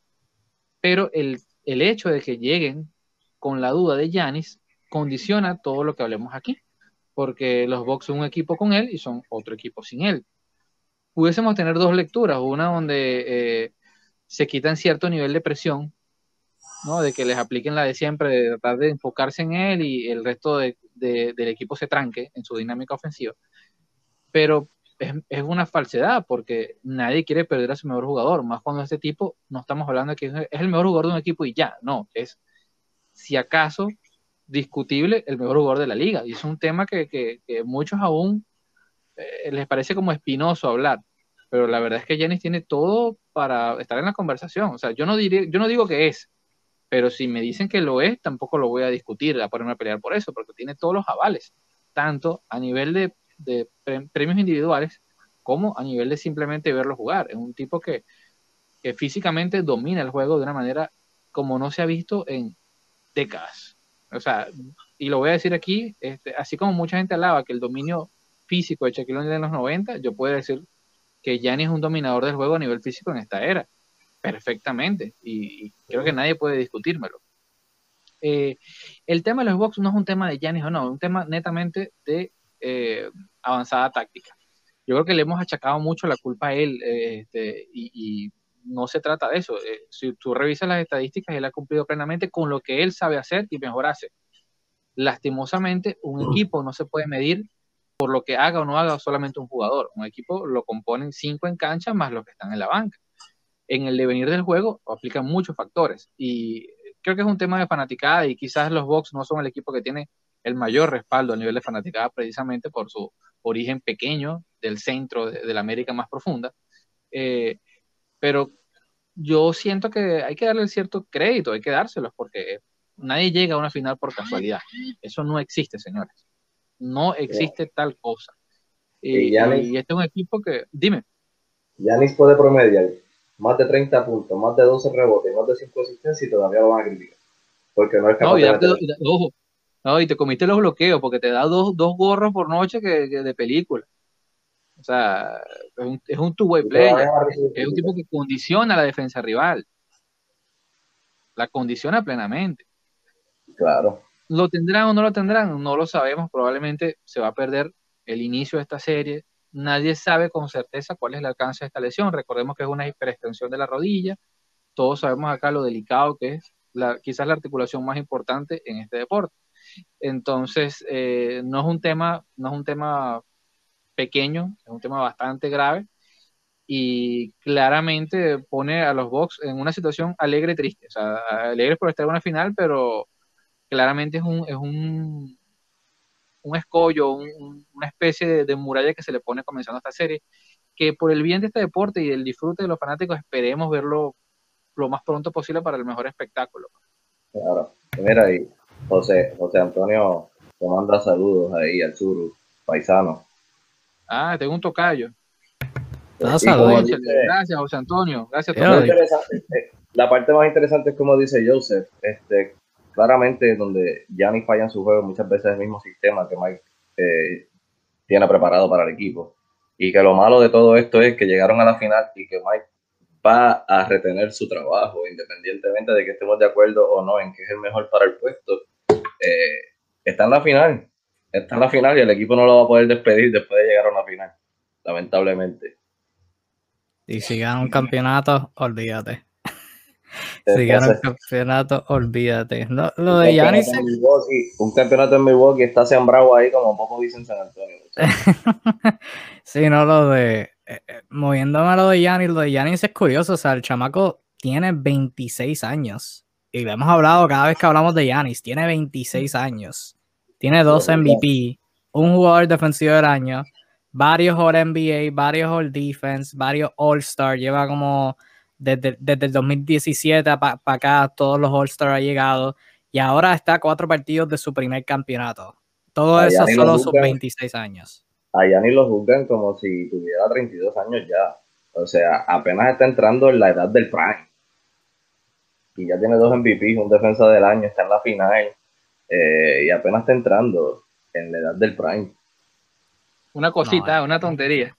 Pero el, el hecho de que lleguen con la duda de Giannis condiciona todo lo que hablemos aquí, porque los Bucks son un equipo con él y son otro equipo sin él. Pudiésemos tener dos lecturas, una donde eh, se quitan cierto nivel de presión, ¿no? De que les apliquen la de siempre, de tratar de enfocarse en él y el resto de, de, del equipo se tranque en su dinámica ofensiva. Pero es, es una falsedad, porque nadie quiere perder a su mejor jugador, más cuando este tipo, no estamos hablando de que es el mejor jugador de un equipo y ya, no, es si acaso discutible el mejor jugador de la liga, y es un tema que, que, que muchos aún eh, les parece como espinoso hablar, pero la verdad es que Giannis tiene todo para estar en la conversación. O sea, yo no, diré, yo no digo que es, pero si me dicen que lo es, tampoco lo voy a discutir, a ponerme a pelear por eso, porque tiene todos los avales, tanto a nivel de, de premios individuales como a nivel de simplemente verlo jugar. Es un tipo que, que físicamente domina el juego de una manera como no se ha visto en décadas. O sea, y lo voy a decir aquí, este, así como mucha gente alaba que el dominio físico de Shaquille O'Neal en los noventa, yo puedo decir que Giannis es un dominador del juego a nivel físico en esta era, perfectamente, y, y creo que nadie puede discutírmelo. Eh, el tema de los Bucks no es un tema de Giannis o no, es un tema netamente de eh, avanzada táctica. Yo creo que le hemos achacado mucho la culpa a él, eh, este, y, y no se trata de eso. Eh, si tú revisas las estadísticas, él ha cumplido plenamente con lo que él sabe hacer y mejor hace. Lastimosamente, un equipo no se puede medir por lo que haga o no haga solamente un jugador. Un equipo lo componen cinco en cancha más los que están en la banca. En el devenir del juego aplican muchos factores y creo que es un tema de fanaticada y quizás los Bucks no son el equipo que tiene el mayor respaldo a nivel de fanaticada precisamente por su origen pequeño del centro de, de la América más profunda. Eh, pero yo siento que hay que darle cierto crédito, hay que dárselos porque nadie llega a una final por casualidad. Eso no existe, señores. No existe yeah. tal cosa. Y, y, Giannis, y este es un equipo que, dime. Giannis puede promediar más de treinta puntos, más de doce rebotes, más de cinco asistencias y todavía lo van a criticar. Porque no es capaz no, y de darte, meter. Ojo, no, y te comiste los bloqueos porque te da dos, dos gorros por noche que, que de película. O sea, es un, es un two-way player. Es un tipo que condiciona la defensa rival. La condiciona plenamente. Claro. ¿Lo tendrán o no lo tendrán? No lo sabemos. Probablemente se va a perder el inicio de esta serie. Nadie sabe con certeza cuál es el alcance de esta lesión. Recordemos que es una hiperextensión de la rodilla. Todos sabemos acá lo delicado que es, la, quizás la articulación más importante en este deporte. Entonces, eh, no es un tema, no es un tema pequeño, es un tema bastante grave y claramente pone a los Bucks en una situación alegre y triste. O sea, alegres por estar en una final, pero claramente es un, es un, un escollo, un, una especie de, de muralla que se le pone comenzando esta serie, que por el bien de este deporte y del disfrute de los fanáticos esperemos verlo lo más pronto posible para el mejor espectáculo. Claro. Mira, y José, José Antonio te manda saludos ahí al sur, paisano. Ah, tengo un tocayo. Todo Y como saludos. dice, Gracias, José Antonio. Gracias, Yo, lo tocayo. interesante, eh, la parte más interesante es como dice Joseph, este, claramente donde Giannis falla en su juego muchas veces es el mismo sistema que Mike eh, tiene preparado para el equipo. Y que lo malo de todo esto es que llegaron a la final y que Mike va a retener su trabajo, independientemente de que estemos de acuerdo o no en que es el mejor para el puesto. Eh, está en la final, está en la final y el equipo no lo va a poder despedir después de llegar a una final, lamentablemente. y si ganan un campeonato, olvídate. Si Entonces, ganan un campeonato, olvídate. No, lo un de Giannis campeonato en Milwaukee, un campeonato en Milwaukee está sembrado ahí como poco dicen San Antonio. sí, no, lo de eh, eh, moviéndome a lo de Giannis, lo de Giannis es curioso, o sea, el chamaco tiene veintiséis años y lo hemos hablado cada vez que hablamos de Giannis, tiene veintiséis años, tiene dos M V P, un jugador defensivo del año, varios All N B A, varios All Defense, varios All Star, lleva como desde, desde el dos mil diecisiete para pa acá todos los All Star han llegado y ahora está a cuatro partidos de su primer campeonato. Todo A eso Giannis lo solo sus juzgan, veintiséis años. a Giannis lo juzgan como si tuviera treinta y dos años ya. O sea, apenas está entrando en la edad del prime. Y ya tiene dos M V Ps, un defensa del año, está en la final. Eh, y apenas está entrando en la edad del prime. Una cosita, No, una tontería.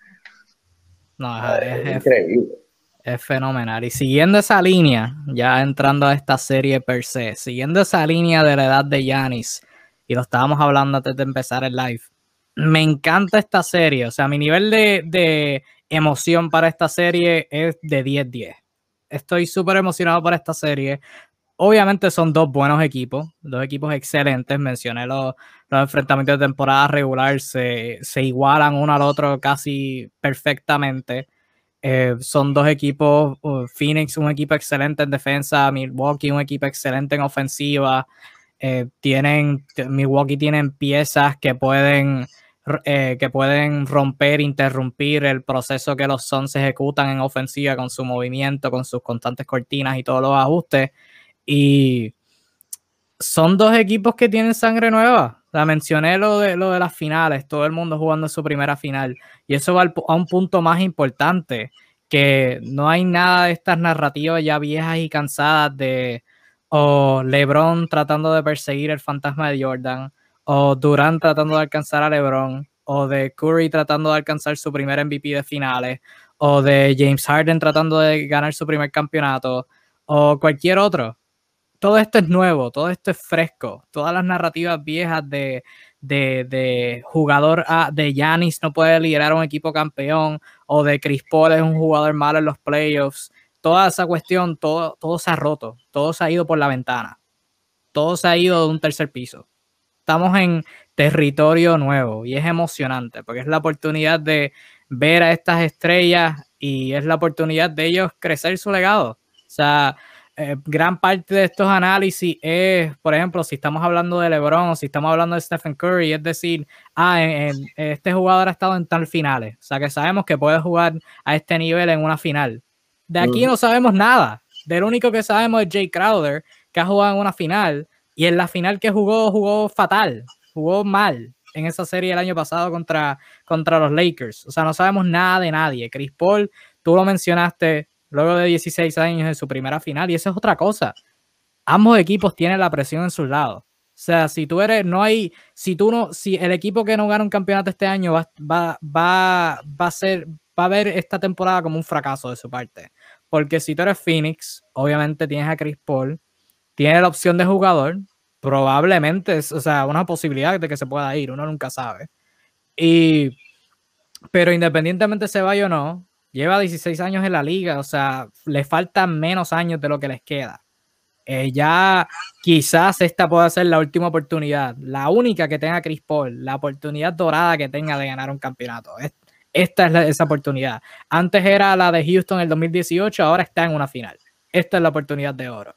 No, Es, es, es es, increíble. es fenomenal. Y siguiendo esa línea, ya entrando a esta serie per se, siguiendo esa línea de la edad de Giannis, y lo estábamos hablando antes de empezar el live, me encanta esta serie. O sea, mi nivel de, de emoción para esta serie es de diez diez. Estoy súper emocionado por esta serie. Obviamente son dos buenos equipos, dos equipos excelentes. Mencioné los, los enfrentamientos de temporada regular, se, se igualan uno al otro casi perfectamente. Eh, son dos equipos, uh, Phoenix un equipo excelente en defensa, Milwaukee un equipo excelente en ofensiva. Eh, tienen, Milwaukee tienen piezas que pueden, eh, que pueden romper, interrumpir el proceso que los Suns ejecutan en ofensiva con su movimiento, con sus constantes cortinas y todos los ajustes. Y son dos equipos que tienen sangre nueva. O sea, mencioné lo de, lo de las finales, todo el mundo jugando su primera final. Y eso va al, a un punto más importante, que no hay nada de estas narrativas ya viejas y cansadas de o LeBron tratando de perseguir el fantasma de Jordan, o Durant tratando de alcanzar a LeBron, o de Curry tratando de alcanzar su primer M V P de finales, o de James Harden tratando de ganar su primer campeonato, o cualquier otro. Todo esto es nuevo, todo esto es fresco. Todas las narrativas viejas de, de, de jugador A, de Giannis no puede liderar un equipo campeón, o de Chris Paul es un jugador malo en los playoffs. Toda esa cuestión, todo, todo se ha roto, todo se ha ido por la ventana, todo se ha ido de un tercer piso. Estamos en territorio nuevo y es emocionante porque es la oportunidad de ver a estas estrellas y es la oportunidad de ellos crecer su legado. O sea, eh, gran parte de estos análisis es, por ejemplo, si estamos hablando de LeBron o si estamos hablando de Stephen Curry, es decir, ah, en, en, este jugador ha estado en tal finales. O sea, que sabemos que puede jugar a este nivel en una final. De aquí no sabemos nada. Del único que sabemos es Jay Crowder, que ha jugado en una final. Y en la final que jugó, jugó fatal, jugó mal en esa serie el año pasado contra, contra los Lakers. O sea, no sabemos nada de nadie. Chris Paul, tú lo mencionaste, luego de dieciséis años en su primera final, y eso es otra cosa. Ambos equipos tienen la presión en sus lados. O sea, si tú eres, no hay, si tú no, si el equipo que no gana un campeonato este año va, va, va, va a ser, va a ver esta temporada como un fracaso de su parte. Porque si tú eres Phoenix, obviamente tienes a Chris Paul, tiene la opción de jugador, probablemente es, o sea, una posibilidad de que se pueda ir, uno nunca sabe. Y, pero independientemente se vaya o no, lleva dieciséis años en la liga, o sea, le faltan menos años de lo que les queda. Eh, ya quizás esta pueda ser la última oportunidad, la única que tenga Chris Paul, la oportunidad dorada que tenga de ganar un campeonato. Esta es la, esa oportunidad. Antes era la de Houston en el dos mil dieciocho, ahora está en una final. Esta es la oportunidad de oro.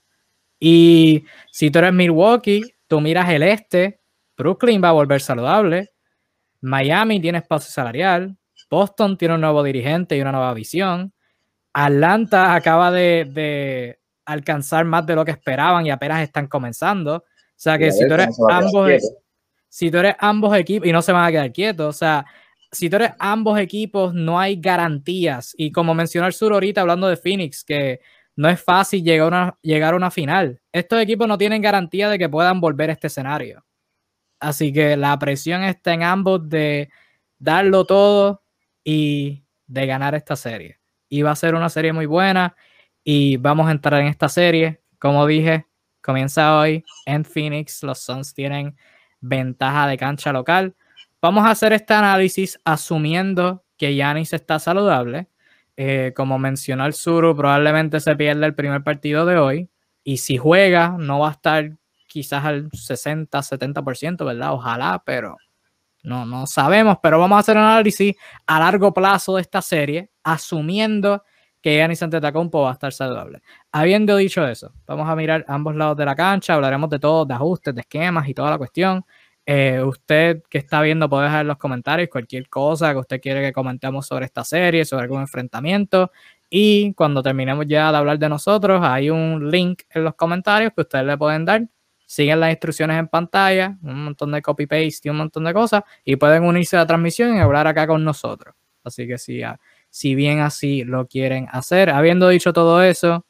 Y si tú eres Milwaukee, tú miras el este, Brooklyn va a volver saludable, Miami tiene espacio salarial, Boston tiene un nuevo dirigente y una nueva visión, Atlanta acaba de, de alcanzar más de lo que esperaban y apenas están comenzando. O sea que si tú eres ambos, si tú eres ambos equipos, y no se van a quedar quietos, o sea, si tú eres ambos equipos, no hay garantías. Y como mencionó el Sur ahorita hablando de Phoenix, que no es fácil llegar a una, llegar a una final. Estos equipos no tienen garantía de que puedan volver a este escenario. Así que la presión está en ambos de darlo todo y de ganar esta serie. Y va a ser una serie muy buena y vamos a entrar en esta serie. Como dije, comienza hoy en Phoenix. Los Suns tienen ventaja de cancha local. Vamos a hacer este análisis asumiendo que Giannis está saludable. Eh, como mencionó el Suru, probablemente se pierda el primer partido de hoy. Y si juega, no va a estar quizás al sesenta, setenta por ciento, ¿verdad? Ojalá, pero no, no sabemos. Pero vamos a hacer un análisis a largo plazo de esta serie, asumiendo que Giannis Antetokounmpo va a estar saludable. Habiendo dicho eso, vamos a mirar ambos lados de la cancha, hablaremos de todo, de ajustes, de esquemas y toda la cuestión. Eh, usted que está viendo puede dejar en los comentarios cualquier cosa que usted quiere que comentemos sobre esta serie, sobre algún enfrentamiento. Y cuando terminemos ya de hablar de nosotros, hay un link en los comentarios que ustedes le pueden dar. Siguen las instrucciones en pantalla, un montón de copy-paste y un montón de cosas, y pueden unirse a la transmisión y hablar acá con nosotros. Así que si, si bien así lo quieren hacer. Habiendo dicho todo eso,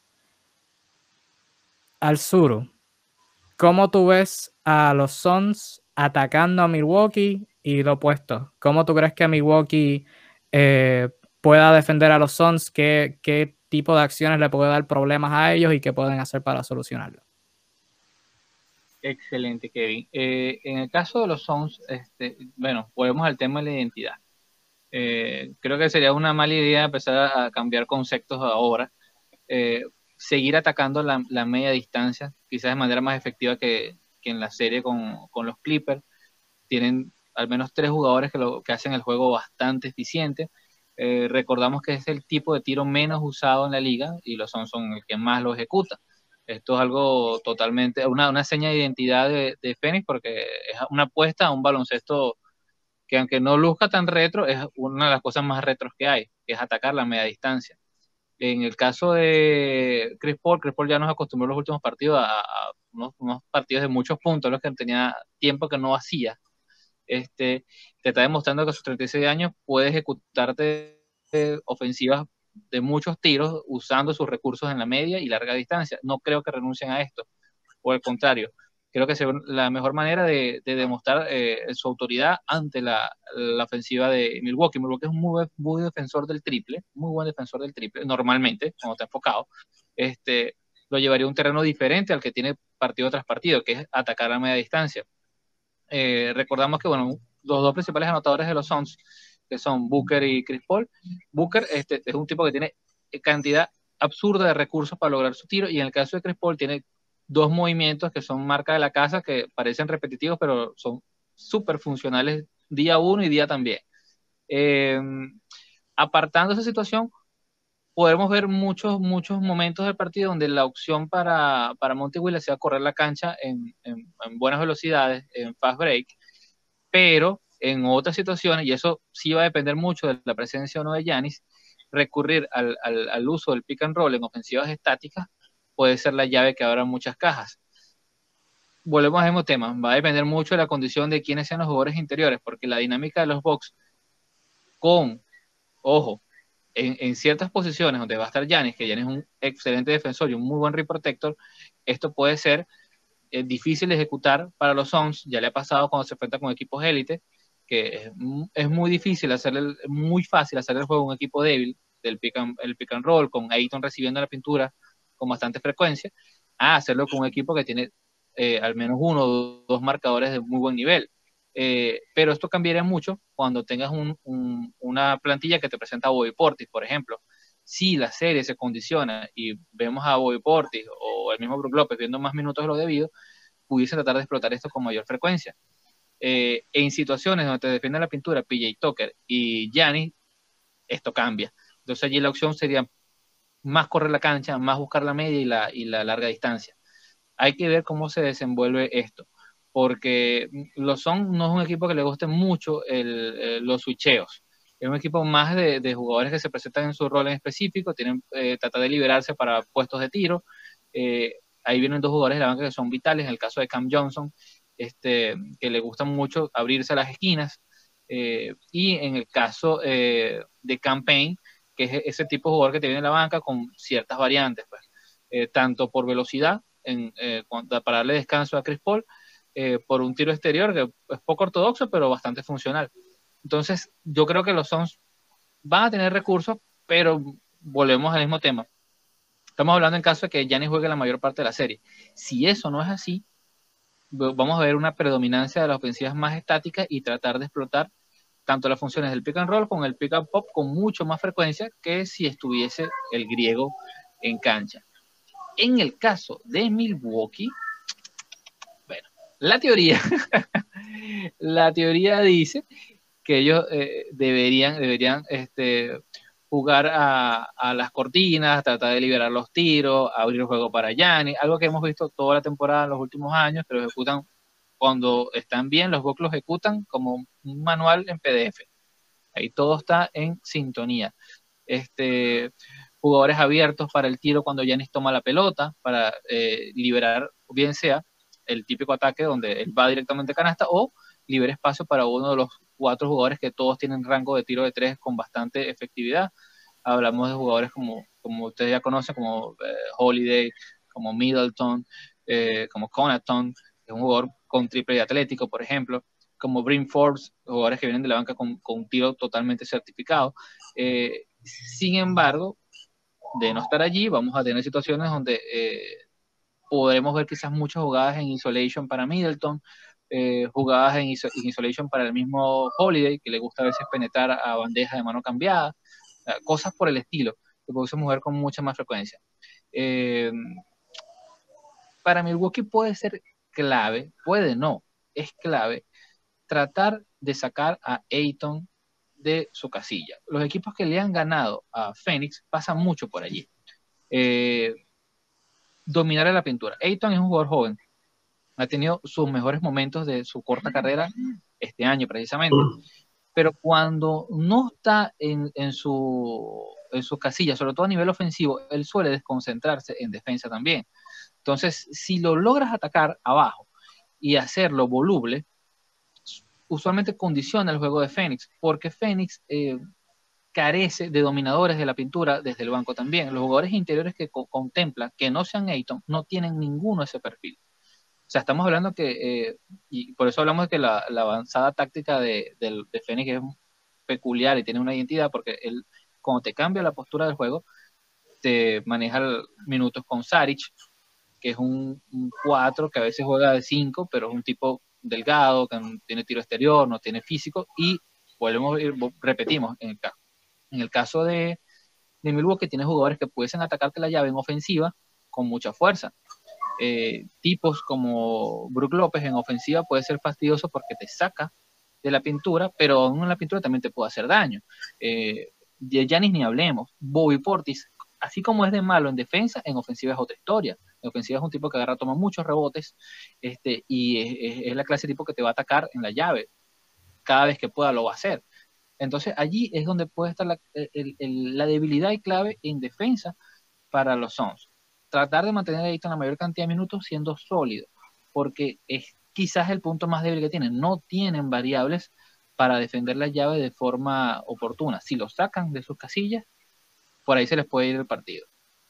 al Suru, ¿cómo tú ves a los Suns atacando a Milwaukee y lo opuesto? ¿Cómo tú crees que Milwaukee eh, pueda defender a los Suns? ¿Qué, qué tipo de acciones le puede dar problemas a ellos y qué pueden hacer para solucionarlo? Excelente, Kevin. Eh, en el caso de los Suns, este, bueno, volvemos al tema de la identidad. Eh, creo que sería una mala idea empezar a cambiar conceptos ahora. Eh, seguir atacando la, la media distancia, quizás de manera más efectiva que, que en la serie con, con los Clippers. Tienen al menos tres jugadores que, lo, que hacen el juego bastante eficiente. Eh, recordamos que es el tipo de tiro menos usado en la liga y los Suns son el que más lo ejecuta. Esto es algo totalmente, una, una seña de identidad de, de Phoenix, porque es una apuesta a un baloncesto que, aunque no luzca tan retro, es una de las cosas más retros que hay, que es atacar la media distancia. En el caso de Chris Paul, Chris Paul ya nos acostumbró los últimos partidos a, a unos, unos partidos de muchos puntos, los que tenía tiempo que no hacía. Este, te está demostrando que a sus treinta y seis años puede ejecutarte eh, ofensivas de muchos tiros usando sus recursos en la media y larga distancia. No creo que renuncien a esto, o al contrario, creo que es la mejor manera de, de demostrar eh, su autoridad ante la, la ofensiva de Milwaukee. Milwaukee es un muy, muy defensor del triple, muy buen defensor del triple, normalmente, cuando está enfocado. Este, lo llevaría a un terreno diferente al que tiene partido tras partido, que es atacar a media distancia. Eh, recordamos que, bueno, los dos principales anotadores de los Suns, que son Booker y Chris Paul. Booker este, es un tipo que tiene cantidad absurda de recursos para lograr su tiro, y en el caso de Chris Paul tiene dos movimientos que son marca de la casa, que parecen repetitivos, pero son súper funcionales día uno y día también. Eh, apartando esa situación, podemos ver muchos, muchos momentos del partido donde la opción para, para Monty Williams sea correr la cancha en, en, en buenas velocidades, en fast break, pero en otras situaciones, y eso sí va a depender mucho de la presencia o no de Giannis, recurrir al, al, al uso del pick and roll en ofensivas estáticas puede ser la llave que abra muchas cajas. Volvemos al mismo tema, va a depender mucho de la condición de quiénes sean los jugadores interiores, porque la dinámica de los Bucks con, ojo, en, en ciertas posiciones donde va a estar Giannis, que Giannis es un excelente defensor y un muy buen rim protector, esto puede ser eh, difícil de ejecutar para los Suns. Ya le ha pasado cuando se enfrenta con equipos élite, que es, es muy difícil hacer el, muy fácil hacer el juego a un equipo débil del pick and, el pick and roll, con Ayton recibiendo la pintura con bastante frecuencia, a hacerlo con un equipo que tiene eh, al menos uno o dos marcadores de muy buen nivel. Eh, pero esto cambiaría mucho cuando tengas un, un, una plantilla que te presenta a Bobby Portis, por ejemplo. Si la serie se condiciona y vemos a Bobby Portis o el mismo Brook López viendo más minutos de lo debido, pudiesen tratar de explotar esto con mayor frecuencia. Eh, en situaciones donde te defienden la pintura P J Tucker y Giannis, esto cambia. Entonces allí la opción sería más correr la cancha, más buscar la media y la, y la larga distancia. Hay que ver cómo se desenvuelve esto, porque los Suns no es un equipo que le guste mucho el, el, los switcheos. Es un equipo más de, de jugadores que se presentan en su rol en específico, tienen, eh, tratan de liberarse para puestos de tiro. Eh, ahí vienen dos jugadores de la banca que son vitales, en el caso de Cam Johnson este, que le gusta mucho abrirse a las esquinas. Eh, y en el caso eh, de Campaign, que es ese tipo de jugador que te viene en la banca con ciertas variantes, pues, eh, tanto por velocidad, en, eh, para darle descanso a Chris Paul, eh, por un tiro exterior que es poco ortodoxo, pero bastante funcional. Entonces, yo creo que los Suns van a tener recursos, pero volvemos al mismo tema. Estamos hablando en caso de que Giannis juegue la mayor parte de la serie. Si eso no es así, vamos a ver una predominancia de las ofensivas más estáticas y tratar de explotar tanto las funciones del pick and roll con el pick and pop con mucho más frecuencia que si estuviese el griego en cancha. En el caso de Milwaukee, bueno, la teoría, la teoría dice que ellos eh, deberían, deberían este, jugar a, a las cortinas, tratar de liberar los tiros, abrir el juego para Giannis, algo que hemos visto toda la temporada en los últimos años, que lo ejecutan cuando están bien, los Bucks lo ejecutan como un manual en P D F. Ahí todo está en sintonía. Este, jugadores abiertos para el tiro cuando Giannis toma la pelota, para eh, liberar, bien sea el típico ataque donde él va directamente a canasta o libre espacio para uno de los cuatro jugadores que todos tienen rango de tiro de tres con bastante efectividad. Hablamos de jugadores como, como ustedes ya conocen, como eh, Holiday, como Middleton, eh, como Connaughton, que es un jugador con triple y atlético, por ejemplo, como Brim Forbes, jugadores que vienen de la banca con, con un tiro totalmente certificado. Eh, sin embargo, de no estar allí, vamos a tener situaciones donde eh, podremos ver quizás muchas jugadas en isolation para Middleton, eh, jugadas en, iso en isolation para el mismo Holiday, que le gusta a veces penetrar a bandeja de mano cambiada, eh, cosas por el estilo, que podemos ver con mucha más frecuencia. Eh, para Milwaukee puede ser clave, puede no, es clave, tratar de sacar a Ayton de su casilla. Los equipos que le han ganado a Phoenix pasan mucho por allí. Eh, dominar en la pintura. Ayton es un jugador joven, ha tenido sus mejores momentos de su corta carrera este año precisamente, pero cuando no está en, en, su, en sus casillas, sobre todo a nivel ofensivo, él suele desconcentrarse en defensa también. Entonces, si lo logras atacar abajo y hacerlo voluble, usualmente condiciona el juego de Phoenix, porque Phoenix eh, carece de dominadores de la pintura desde el banco también. Los jugadores interiores que co contempla, que no sean Ayton, no tienen ninguno ese perfil. O sea, estamos hablando que, eh, y por eso hablamos de que la, la avanzada táctica de, de, de Phoenix es peculiar y tiene una identidad, porque él, cuando te cambia la postura del juego, te maneja minutos con Saric, que es un, un cuatro que a veces juega de cinco, pero es un tipo delgado, que no tiene tiro exterior, no tiene físico, y volvemos, repetimos, en el, en el caso de, de Milwaukee, tiene jugadores que pudiesen atacarte la llave en ofensiva con mucha fuerza. Eh, tipos como Brook López en ofensiva puede ser fastidioso porque te saca de la pintura, pero aún en la pintura también te puede hacer daño. Eh, de Giannis ni hablemos. Bobby Portis, así como es de malo en defensa, en ofensiva es otra historia. En ofensiva es un tipo que agarra, toma muchos rebotes, este, y es, es, es la clase de tipo que te va a atacar en la llave. Cada vez que pueda lo va a hacer. Entonces allí es donde puede estar la, el, el, la debilidad y clave en defensa para los Suns. Tratar de mantener a Ayton la mayor cantidad de minutos siendo sólido, porque es quizás el punto más débil que tienen. No tienen variables para defender la llave de forma oportuna. Si lo sacan de sus casillas, por ahí se les puede ir el partido.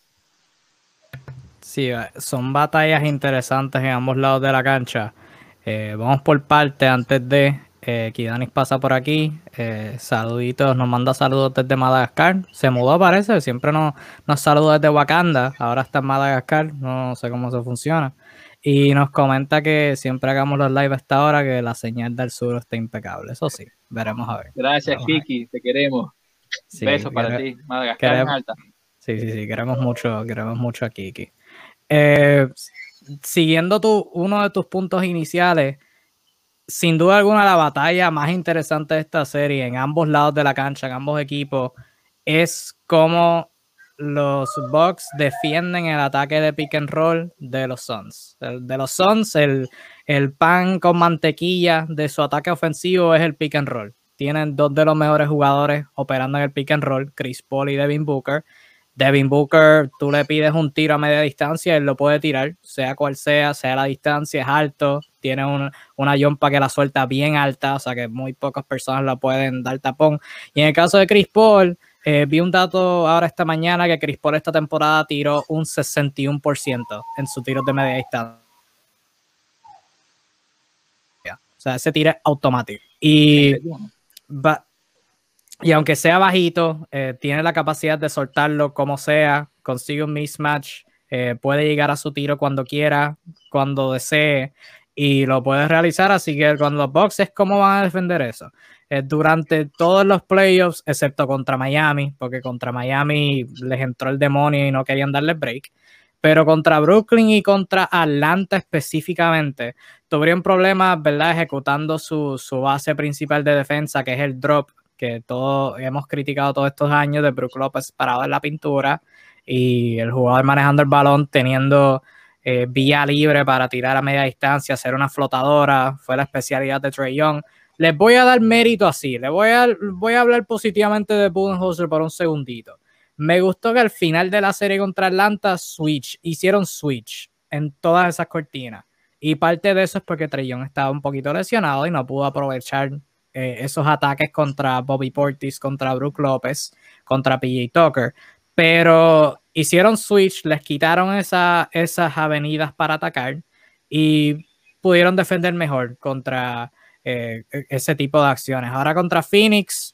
Sí, son batallas interesantes en ambos lados de la cancha. Eh, vamos por parte antes de eh, Kidanis pasa por aquí. Eh, saluditos, nos manda saludos desde Madagascar. Se mudó, parece, siempre nos, nos saluda desde Wakanda. Ahora está en Madagascar, no sé cómo eso funciona. Y nos comenta que siempre hagamos los live a esta hora, que la señal del sur está impecable. Eso sí, veremos a ver. Gracias, Kiki, te queremos. Sí, Besos para ti, Madagascar queremos, en alta. Sí, sí, sí, queremos mucho, queremos mucho a Kiki. Eh, siguiendo tu, uno de tus puntos iniciales, sin duda alguna la batalla más interesante de esta serie en ambos lados de la cancha, en ambos equipos, es cómo los Bucks defienden el ataque de pick and roll de los Suns. El, de los Suns, el, el pan con mantequilla de su ataque ofensivo es el pick and roll. Tienen dos de los mejores jugadores operando en el pick and roll, Chris Paul y Devin Booker. Devin Booker, tú le pides un tiro a media distancia, él lo puede tirar, sea cual sea, sea la distancia, es alto, tiene un, una yompa que la suelta bien alta, o sea que muy pocas personas la pueden dar tapón. Y en el caso de Chris Paul, eh, vi un dato ahora esta mañana que Chris Paul esta temporada tiró un sesenta y uno por ciento en sus tiros de media distancia. O sea, ese tiro es automático. Y va, y aunque sea bajito, eh, tiene la capacidad de soltarlo como sea, consigue un mismatch, eh, puede llegar a su tiro cuando quiera, cuando desee, y lo puede realizar. Así que con los Bucks, ¿cómo van a defender eso? Eh, durante todos los playoffs, excepto contra Miami, porque contra Miami les entró el demonio y no querían darle break, pero contra Brooklyn y contra Atlanta específicamente, tuvieron problemas, ¿verdad? Ejecutando su, su base principal de defensa, que es el drop, que todos hemos criticado todos estos años de Brook López parado en la pintura y el jugador manejando el balón, teniendo eh, vía libre para tirar a media distancia, hacer una flotadora, fue la especialidad de Trae Young. Les voy a dar mérito así, les voy a, voy a hablar positivamente de Budenholzer por un segundito. Me gustó que al final de la serie contra Atlanta, switch, hicieron switch en todas esas cortinas. Y parte de eso es porque Trae Young estaba un poquito lesionado y no pudo aprovechar eh, esos ataques contra Bobby Portis, contra Brook López, contra P J Tucker. Pero hicieron switch, les quitaron esa, esas avenidas para atacar y pudieron defender mejor contra eh, ese tipo de acciones. Ahora contra Phoenix,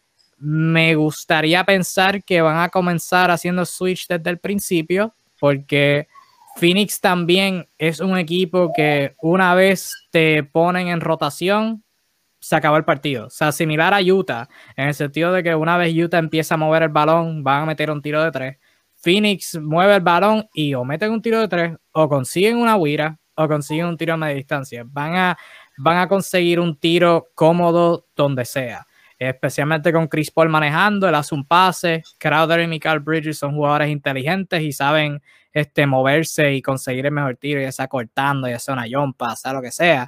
me gustaría pensar que van a comenzar haciendo switch desde el principio, porque Phoenix también es un equipo que una vez te ponen en rotación, se acabó el partido. O sea, similar a Utah, en el sentido de que una vez Utah empieza a mover el balón, van a meter un tiro de tres. Phoenix mueve el balón y o meten un tiro de tres, o consiguen una huira, o consiguen un tiro a media distancia. Van a, van a conseguir un tiro cómodo donde sea. Especialmente con Chris Paul manejando, él hace un pase. Crowder y Mikal Bridges son jugadores inteligentes y saben este, moverse y conseguir el mejor tiro, ya sea cortando, ya sea una yompa, sea lo que sea.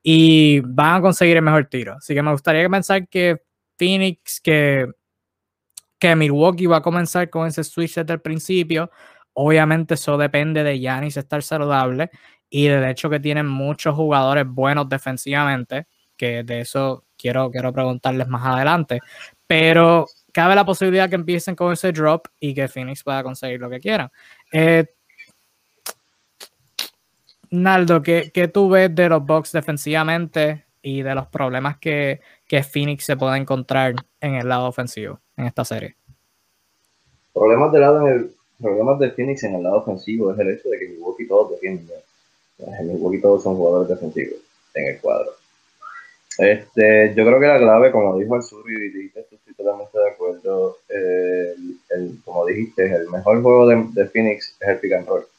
Y van a conseguir el mejor tiro. Así que me gustaría pensar que Phoenix, que, que Milwaukee va a comenzar con ese switch desde el principio. Obviamente eso depende de Giannis estar saludable y del hecho que tienen muchos jugadores buenos defensivamente, que de eso quiero, quiero preguntarles más adelante. Pero cabe la posibilidad que empiecen con ese drop y que Phoenix pueda conseguir lo que quieran. Eh, Naldo, ¿qué, ¿qué tú ves de los Bucks defensivamente y de los problemas que, que Phoenix se puede encontrar en el lado ofensivo en esta serie? Problemas de lado en el, problemas de Phoenix en el lado ofensivo es el hecho de que Milwaukee todos defienden. En Milwaukee todos son jugadores defensivos en el cuadro. Este, yo creo que la clave, como dijo el Sur y dijiste, estoy totalmente de acuerdo. Eh, el, el, como dijiste, el mejor juego de, de Phoenix es el pick and roll.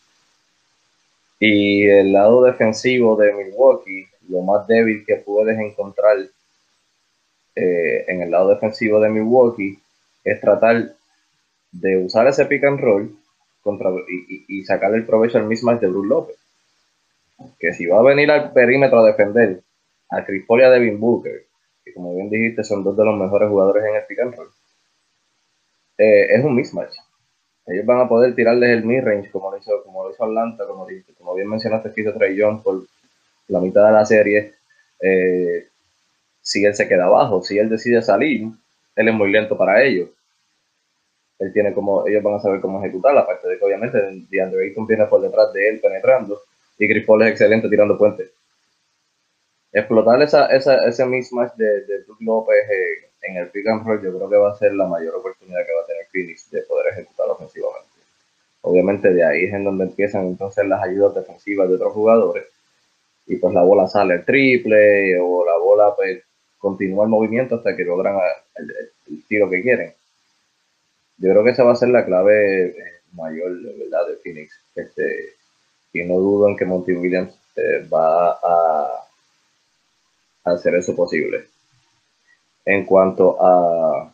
Y el lado defensivo de Milwaukee, lo más débil que puedes encontrar eh, en el lado defensivo de Milwaukee es tratar de usar ese pick and roll contra, y, y, y sacarle el provecho al mismatch de Brook López. Que si va a venir al perímetro a defender a Chris Paul y a Devin Booker, que como bien dijiste son dos de los mejores jugadores en el pick and roll, eh, es un mismatch. Ellos van a poder tirarles el mid-range como lo hizo, como lo hizo Atlanta, como, como bien mencionaste que hizo Trae Young por la mitad de la serie. Eh, si él se queda abajo, si él decide salir, él es muy lento para ellos. Él tiene como, ellos van a saber cómo ejecutarla, aparte de que obviamente DeAndre Ayton viene por detrás de él penetrando y Chris Paul es excelente tirando puentes. Explotar esa, esa, ese mismatch de, de Brook López eh, en el pick and roll, yo creo que va a ser la mayor oportunidad que va a tener Phoenix de poder ejecutar ofensivamente. Obviamente de ahí es en donde empiezan entonces las ayudas defensivas de otros jugadores y pues la bola sale el triple o la bola pues continúa el movimiento hasta que logran el, el, el tiro que quieren. Yo creo que esa va a ser la clave eh, mayor de verdad de Phoenix. Este, y no dudo en que Monty Williams eh, va a, a hacer eso posible. En cuanto a,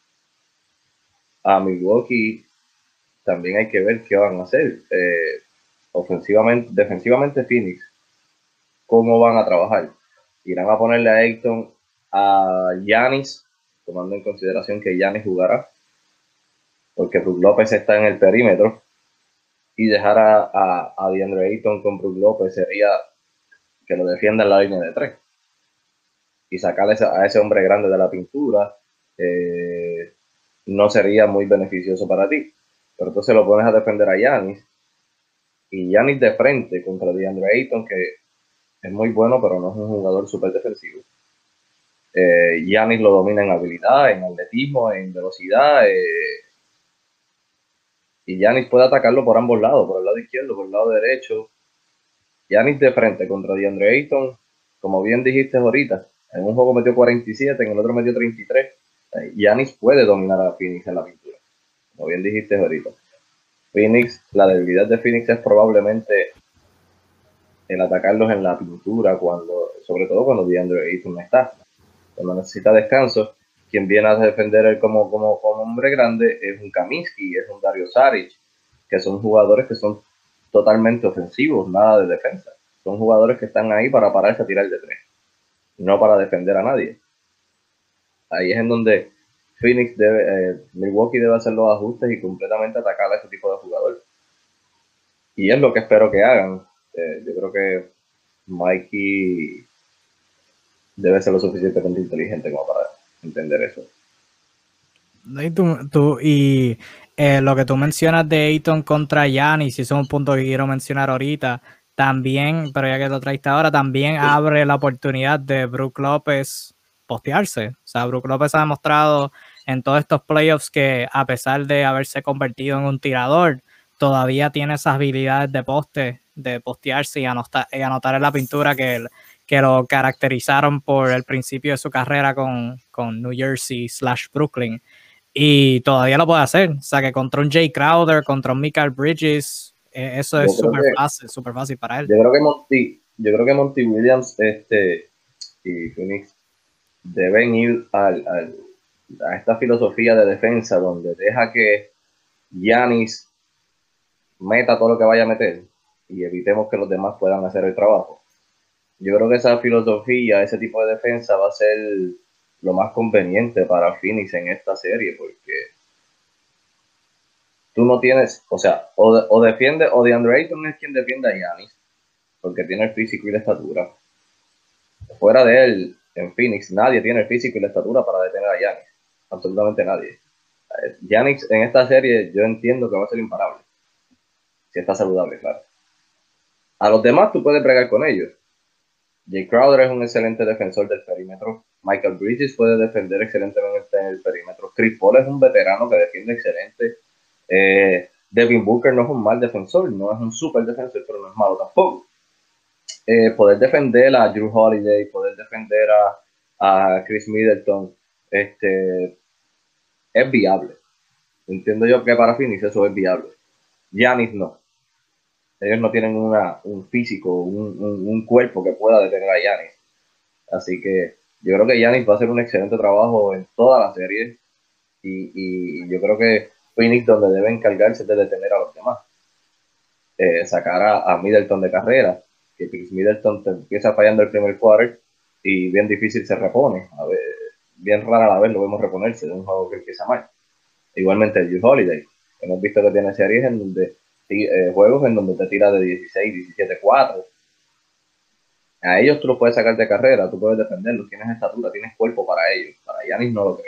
a Milwaukee, también hay que ver qué van a hacer. Eh, ofensivamente, defensivamente Phoenix, cómo van a trabajar. Irán a ponerle a Ayton a Giannis, tomando en consideración que Giannis jugará. porque Brook López está en el perímetro y dejar a, a, a DeAndre Ayton con Brook López sería que lo defienda en la línea de tres y sacar a ese hombre grande de la pintura eh, no sería muy beneficioso para ti. Pero entonces lo pones a defender a Giannis y Giannis de frente contra DeAndre Ayton, que es muy bueno, pero no es un jugador súper defensivo. Eh, Giannis lo domina en habilidad, en atletismo, en velocidad, eh, y Giannis puede atacarlo por ambos lados, por el lado izquierdo, por el lado derecho. Giannis de frente contra DeAndre Ayton, como bien dijiste ahorita, en un juego metió cuarenta y siete, en el otro metió treinta y tres. Giannis puede dominar a Phoenix en la pintura, como bien dijiste ahorita. Phoenix, la debilidad de Phoenix es probablemente el atacarlos en la pintura, cuando, sobre todo cuando DeAndre Ayton no está. Cuando necesita descanso, quien viene a defender él como, como, como hombre grande es un Kaminsky, es un Dario Saric, que son jugadores que son totalmente ofensivos, nada de defensa. Son jugadores que están ahí para pararse a tirar de tres, no para defender a nadie. Ahí es en donde Phoenix debe, eh, Milwaukee debe hacer los ajustes y completamente atacar a ese tipo de jugadores. Y es lo que espero que hagan. Eh, yo creo que Mikey debe ser lo suficientemente inteligente como para entender eso. Y, tú, tú, y eh, lo que tú mencionas de Ayton contra Giannis, y eso es un punto que quiero mencionar ahorita, también, pero ya que lo traiste ahora, también sí. abre la oportunidad de Brook López postearse. O sea, Brook López ha demostrado en todos estos playoffs que a pesar de haberse convertido en un tirador, todavía tiene esas habilidades de poste, de postearse y anotar, y anotar en la pintura que, el, que lo caracterizaron por el principio de su carrera con, con New Jersey slash Brooklyn. Y todavía lo puede hacer. O sea, que contra un Jay Crowder, contra un Mikal Bridges, eh, eso yo es súper fácil, súper fácil para él. Yo creo que Monty, yo creo que Monty Williams este, y Phoenix deben ir al, al, a esta filosofía de defensa donde deja que Giannis meta todo lo que vaya a meter y evitemos que los demás puedan hacer el trabajo. Yo creo que esa filosofía, ese tipo de defensa va a ser lo más conveniente para Phoenix en esta serie, porque tú no tienes, o sea, o, o defiende, o DeAndre Ayton es quien defiende a Giannis, porque tiene el físico y la estatura. Fuera de él, en Phoenix, nadie tiene el físico y la estatura para detener a Giannis. Absolutamente nadie. Giannis en esta serie yo entiendo que va a ser imparable. Si está saludable, claro. A los demás tú puedes bregar con ellos. Jay Crowder es un excelente defensor del perímetro. Mikal Bridges puede defender excelentemente en el perímetro. Chris Paul es un veterano que defiende excelente. Eh, Devin Booker no es un mal defensor, no es un super defensor, pero no es malo tampoco. Eh, poder defender a Jrue Holiday, poder defender a, a Chris Middleton, este, es viable. Entiendo yo que para Phoenix eso es viable. Giannis no. Ellos no tienen una, un físico, un, un, un cuerpo que pueda detener a Giannis. Así que yo creo que Giannis va a hacer un excelente trabajo en toda la serie. Y, y yo creo que Phoenix donde debe encargarse de detener a los demás. Eh, sacar a, a Middleton de carrera. Que Chris Middleton te empieza fallando el primer quarter y bien difícil se repone. A ver, bien rara a la vez lo vemos reponerse de un juego que empieza mal. Igualmente el Jrue Holiday. Hemos visto que tiene series en donde eh, juegos en donde te tira de dieciséis, diecisiete, cuatro. A ellos tú los puedes sacar de carrera, tú puedes defenderlos, tienes estatura, tienes cuerpo para ellos. Para Giannis no lo creo.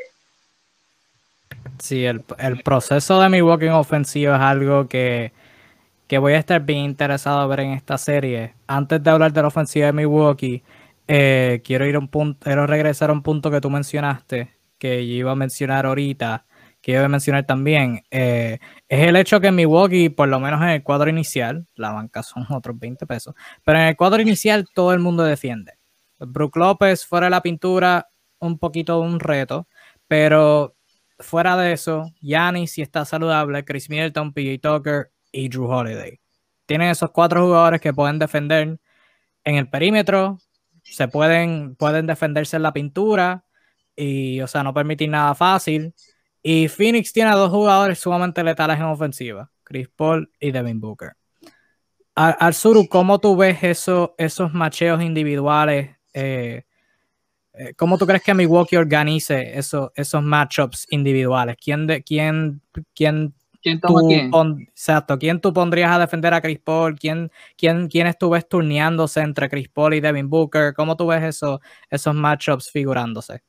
Sí, el, el proceso de Milwaukee ofensivo es algo que, que voy a estar bien interesado a ver en esta serie. Antes de hablar de la ofensiva de Milwaukee, eh, quiero ir a un punto, quiero regresar a un punto que tú mencionaste, que yo iba a mencionar ahorita, que yo iba a mencionar también. Eh, es el hecho que en Milwaukee, por lo menos en el cuadro inicial, la banca son otros veinte pesos, pero en el cuadro inicial todo el mundo defiende. Brook López fuera de la pintura, un poquito un reto, pero fuera de eso, Giannis si está saludable, Chris Middleton, P J Tucker y Jrue Holiday. Tienen esos cuatro jugadores que pueden defender en el perímetro, se pueden, pueden defenderse en la pintura y, o sea, no permitir nada fácil. Y Phoenix tiene a dos jugadores sumamente letales en ofensiva, Chris Paul y Devin Booker. Arzuru, ¿cómo tú ves eso, esos macheos individuales? Eh, ¿cómo tú crees que Milwaukee organice eso, esos matchups individuales? ¿Quién, de, quién, quién, ¿Quién toma tú quién? pon, exacto, ¿quién tú pondrías a defender a Chris Paul? ¿Quién, quién, ¿Quiénes tú ves turneándose entre Chris Paul y Devin Booker? ¿Cómo tú ves eso, esos matchups figurándose?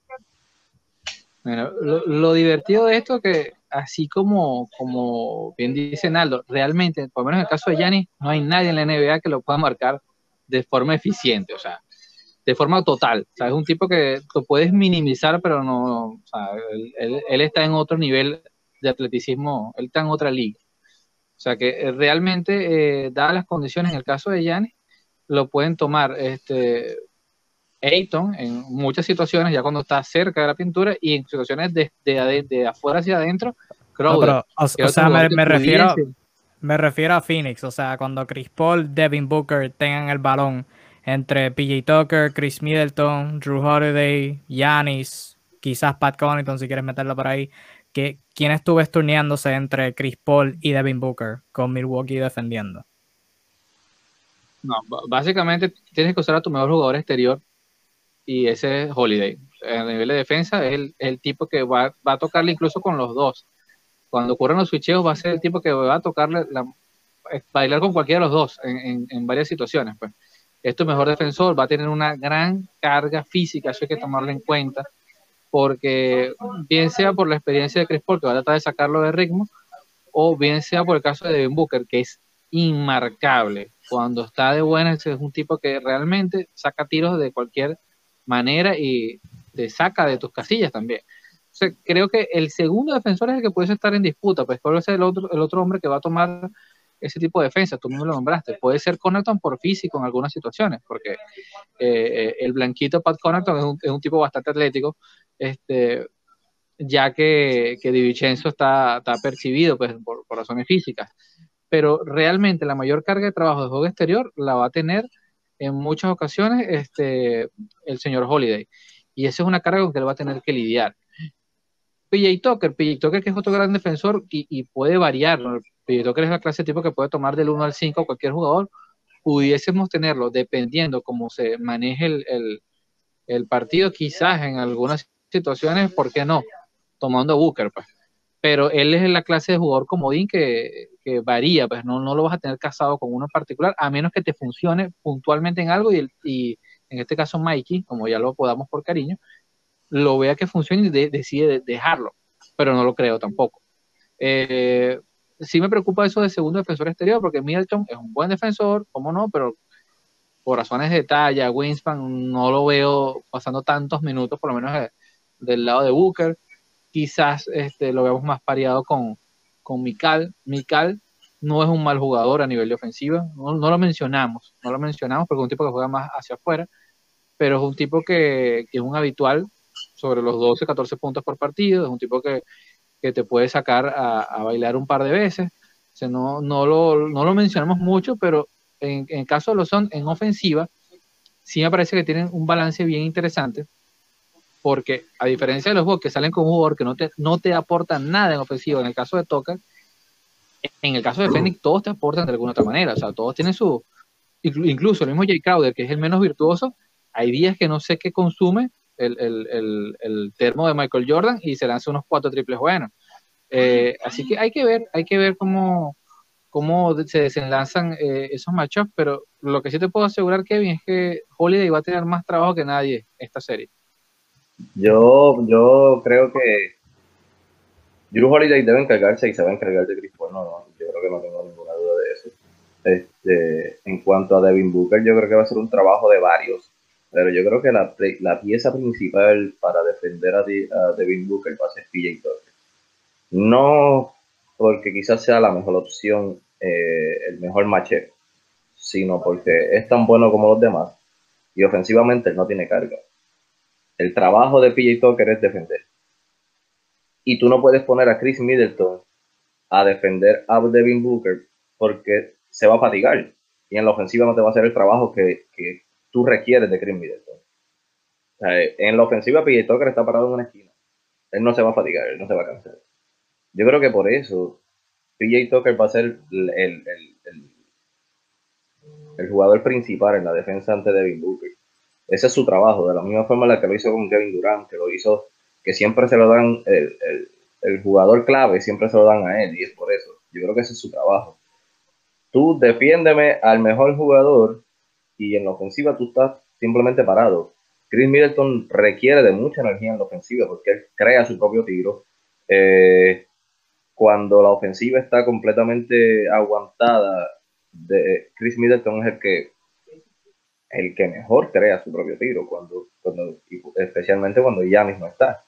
Bueno, lo, lo divertido de esto es que, así como, como bien dice Naldo, realmente, por lo menos en el caso de Giannis, no hay nadie en la N B A que lo pueda marcar de forma eficiente, o sea, de forma total. O sea, es un tipo que lo puedes minimizar, pero no, o sea, él, él, él está en otro nivel de atleticismo, él está en otra liga. O sea, que eh, realmente, eh, dadas las condiciones, en el caso de Giannis, lo pueden tomar este, Ayton en muchas situaciones, ya cuando está cerca de la pintura, y en situaciones de, de, de afuera hacia adentro, No, Crowder, pero, o, que o es otro sea, jugador me, que me refiero, pudiese. me refiero a Phoenix. O sea, cuando Chris Paul, Devin Booker tengan el balón entre P J Tucker, Chris Middleton, Drew Holiday, Giannis, quizás Pat Connaughton si quieres meterlo por ahí. ¿Qué, ¿Quién estuvo turneándose entre Chris Paul y Devin Booker con Milwaukee defendiendo? No, básicamente tienes que usar a tu mejor jugador exterior, y ese es Holiday. A nivel de defensa es el, el tipo que va, va a tocarle incluso con los dos. Cuando ocurren los switcheos va a ser el tipo que va a tocarle, la, bailar con cualquiera de los dos en, en, en varias situaciones. Pues. Es tu mejor defensor, va a tener una gran carga física, eso hay que tomarlo en cuenta, porque bien sea por la experiencia de Chris Paul, que va a tratar de sacarlo de ritmo, o bien sea por el caso de Devin Booker, que es inmarcable. Cuando está de buenas, es un tipo que realmente saca tiros de cualquier manera y te saca de tus casillas también. O sea, creo que el segundo defensor es el que puede estar en disputa, pues puede ser el otro, el otro hombre que va a tomar ese tipo de defensa, tú mismo lo nombraste. Puede ser Connaughton por físico en algunas situaciones, porque eh, el blanquito Pat Connaughton es un, es un tipo bastante atlético, este, ya que, que Di Vincenzo está, está percibido pues, por, por razones físicas. Pero realmente la mayor carga de trabajo de juego exterior la va a tener en muchas ocasiones este, el señor Holiday. Y esa es una carga con que él va a tener que lidiar. P J Tucker, P J Tucker que es otro gran defensor y, y puede variar, ¿no? P J Tucker es la clase de tipo que puede tomar del uno al cinco cualquier jugador. Pudiésemos tenerlo, dependiendo cómo se maneje el, el, el partido, quizás en algunas situaciones, ¿por qué no? Tomando a Booker, pues. Pero él es la clase de jugador comodín que, que varía, pues no, no lo vas a tener casado con uno en particular, a menos que te funcione puntualmente en algo y, el, y en este caso Mikey, como ya lo podamos por cariño, lo vea que funcione y de, decide dejarlo, pero no lo creo tampoco. Eh, sí me preocupa eso de segundo defensor exterior, porque Middleton es un buen defensor, cómo no, pero por razones de talla, Wingspan no lo veo pasando tantos minutos, por lo menos de, del lado de Booker. Quizás este, lo veamos más pareado con, con Mikal. Mikal no es un mal jugador a nivel de ofensiva, no, no lo mencionamos, no lo mencionamos porque es un tipo que juega más hacia afuera, pero es un tipo que, que es un habitual sobre los doce, catorce puntos por partido, es un tipo que, que te puede sacar a, a, bailar un par de veces. O sea, no, no, lo, no lo mencionamos mucho, pero en, en el caso de los Suns, en ofensiva, sí me parece que tienen un balance bien interesante, porque a diferencia de los juegos que salen con un jugador que no te, no te aporta nada en ofensiva, en el caso de Tucker, en el caso de Phoenix todos te aportan de alguna otra manera, o sea, todos tienen su, incluso el mismo Jay Crowder, que es el menos virtuoso, hay días que no sé qué consume el, el, el, el termo de Michael Jordan y se lanza unos cuatro triples buenos. Eh, así que hay que ver, hay que ver cómo, cómo se desenlazan eh, esos matchups, pero lo que sí te puedo asegurar, Kevin, es que Holiday va a tener más trabajo que nadie esta serie. Yo, yo creo que Drew Holiday debe encargarse y se va a encargar de Chris Paul, no, no, yo creo que no tengo ninguna duda de eso. Este, en cuanto a Devin Booker, yo creo que va a ser un trabajo de varios, pero yo creo que la, la pieza principal para defender a, a Devin Booker va a ser P J Tucker. No porque quizás sea la mejor opción, eh, el mejor matchup, sino porque es tan bueno como los demás y ofensivamente él no tiene carga. El trabajo de P J Tucker es defender. Y tú no puedes poner a Chris Middleton a defender a Devin Booker porque se va a fatigar y en la ofensiva no te va a hacer el trabajo que, que tú requieres de Chris Middleton. O sea, en la ofensiva P J Tucker está parado en una esquina. Él no se va a fatigar, él no se va a cansar. Yo creo que por eso P J Tucker va a ser el, el, el, el, el jugador principal en la defensa ante Devin Booker. ese es su trabajo, de la misma forma en la que lo hizo con Kevin Durant, que lo hizo, que siempre se lo dan, el, el, el jugador clave siempre se lo dan a él, y es por eso. Yo creo que ese es su trabajo. Tú defiéndeme al mejor jugador y en la ofensiva tú estás simplemente parado. Chris Middleton requiere de mucha energía en la ofensiva porque él crea su propio tiro. Eh, cuando la ofensiva está completamente aguantada, de, Chris Middleton es el que el que mejor crea su propio tiro, cuando, cuando, especialmente cuando Giannis no está.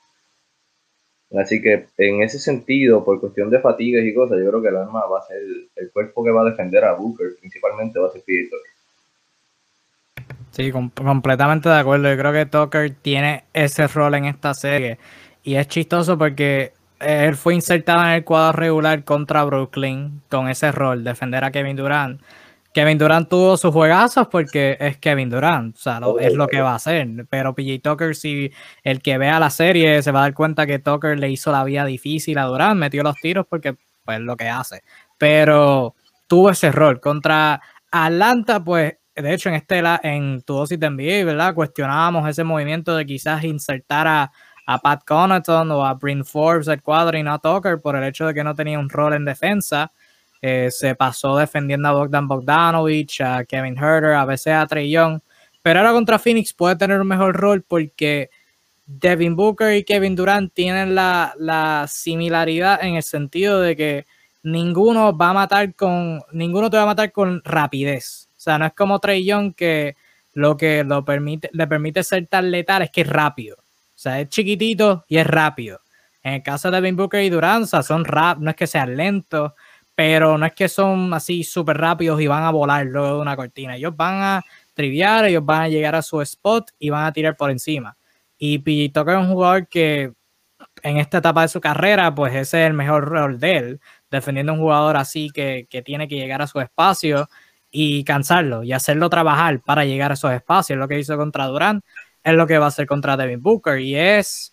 Así que en ese sentido, por cuestión de fatigas y cosas, yo creo que el arma va a ser el, el cuerpo que va a defender a Booker, principalmente va a ser P J Tucker. Sí, com completamente de acuerdo. Yo creo que Tucker tiene ese rol en esta serie. Y es chistoso porque él fue insertado en el cuadro regular contra Brooklyn con ese rol, defender a Kevin Durant. Kevin Durant tuvo sus juegazos porque es Kevin Durant, o sea, lo, es lo que va a hacer. Pero P J Tucker, si el que vea la serie se va a dar cuenta que Tucker le hizo la vida difícil a Durant, metió los tiros porque pues lo que hace. Pero tuvo ese rol. Contra Atlanta, pues, de hecho, en este en tu dosis de N B A, ¿verdad? Cuestionábamos ese movimiento de quizás insertar a, a Pat Connaughton o a Bryn Forbes al cuadro y no a Tucker por el hecho de que no tenía un rol en defensa. Eh, se pasó defendiendo a Bogdan Bogdanovic, a Kevin Huerter, a veces a Trae Young, pero ahora contra Phoenix puede tener un mejor rol porque Devin Booker y Kevin Durant tienen la, la similaridad en el sentido de que ninguno va a matar con ninguno te va a matar con rapidez. O sea, no es como Trae Young que lo que lo permite, le permite ser tan letal es que es rápido. O sea, es chiquitito y es rápido. En el caso de Devin Booker y Durant, o sea, son rap, no es que sean lentos, pero no es que son así súper rápidos y van a volar luego de una cortina. Ellos van a triviar, ellos van a llegar a su spot y van a tirar por encima. Y P J Tucker es un jugador que en esta etapa de su carrera, pues ese es el mejor rol de él, defendiendo a un jugador así que, que tiene que llegar a su espacio y cansarlo y hacerlo trabajar para llegar a esos espacios. Lo que hizo contra Durant es lo que va a hacer contra Devin Booker y es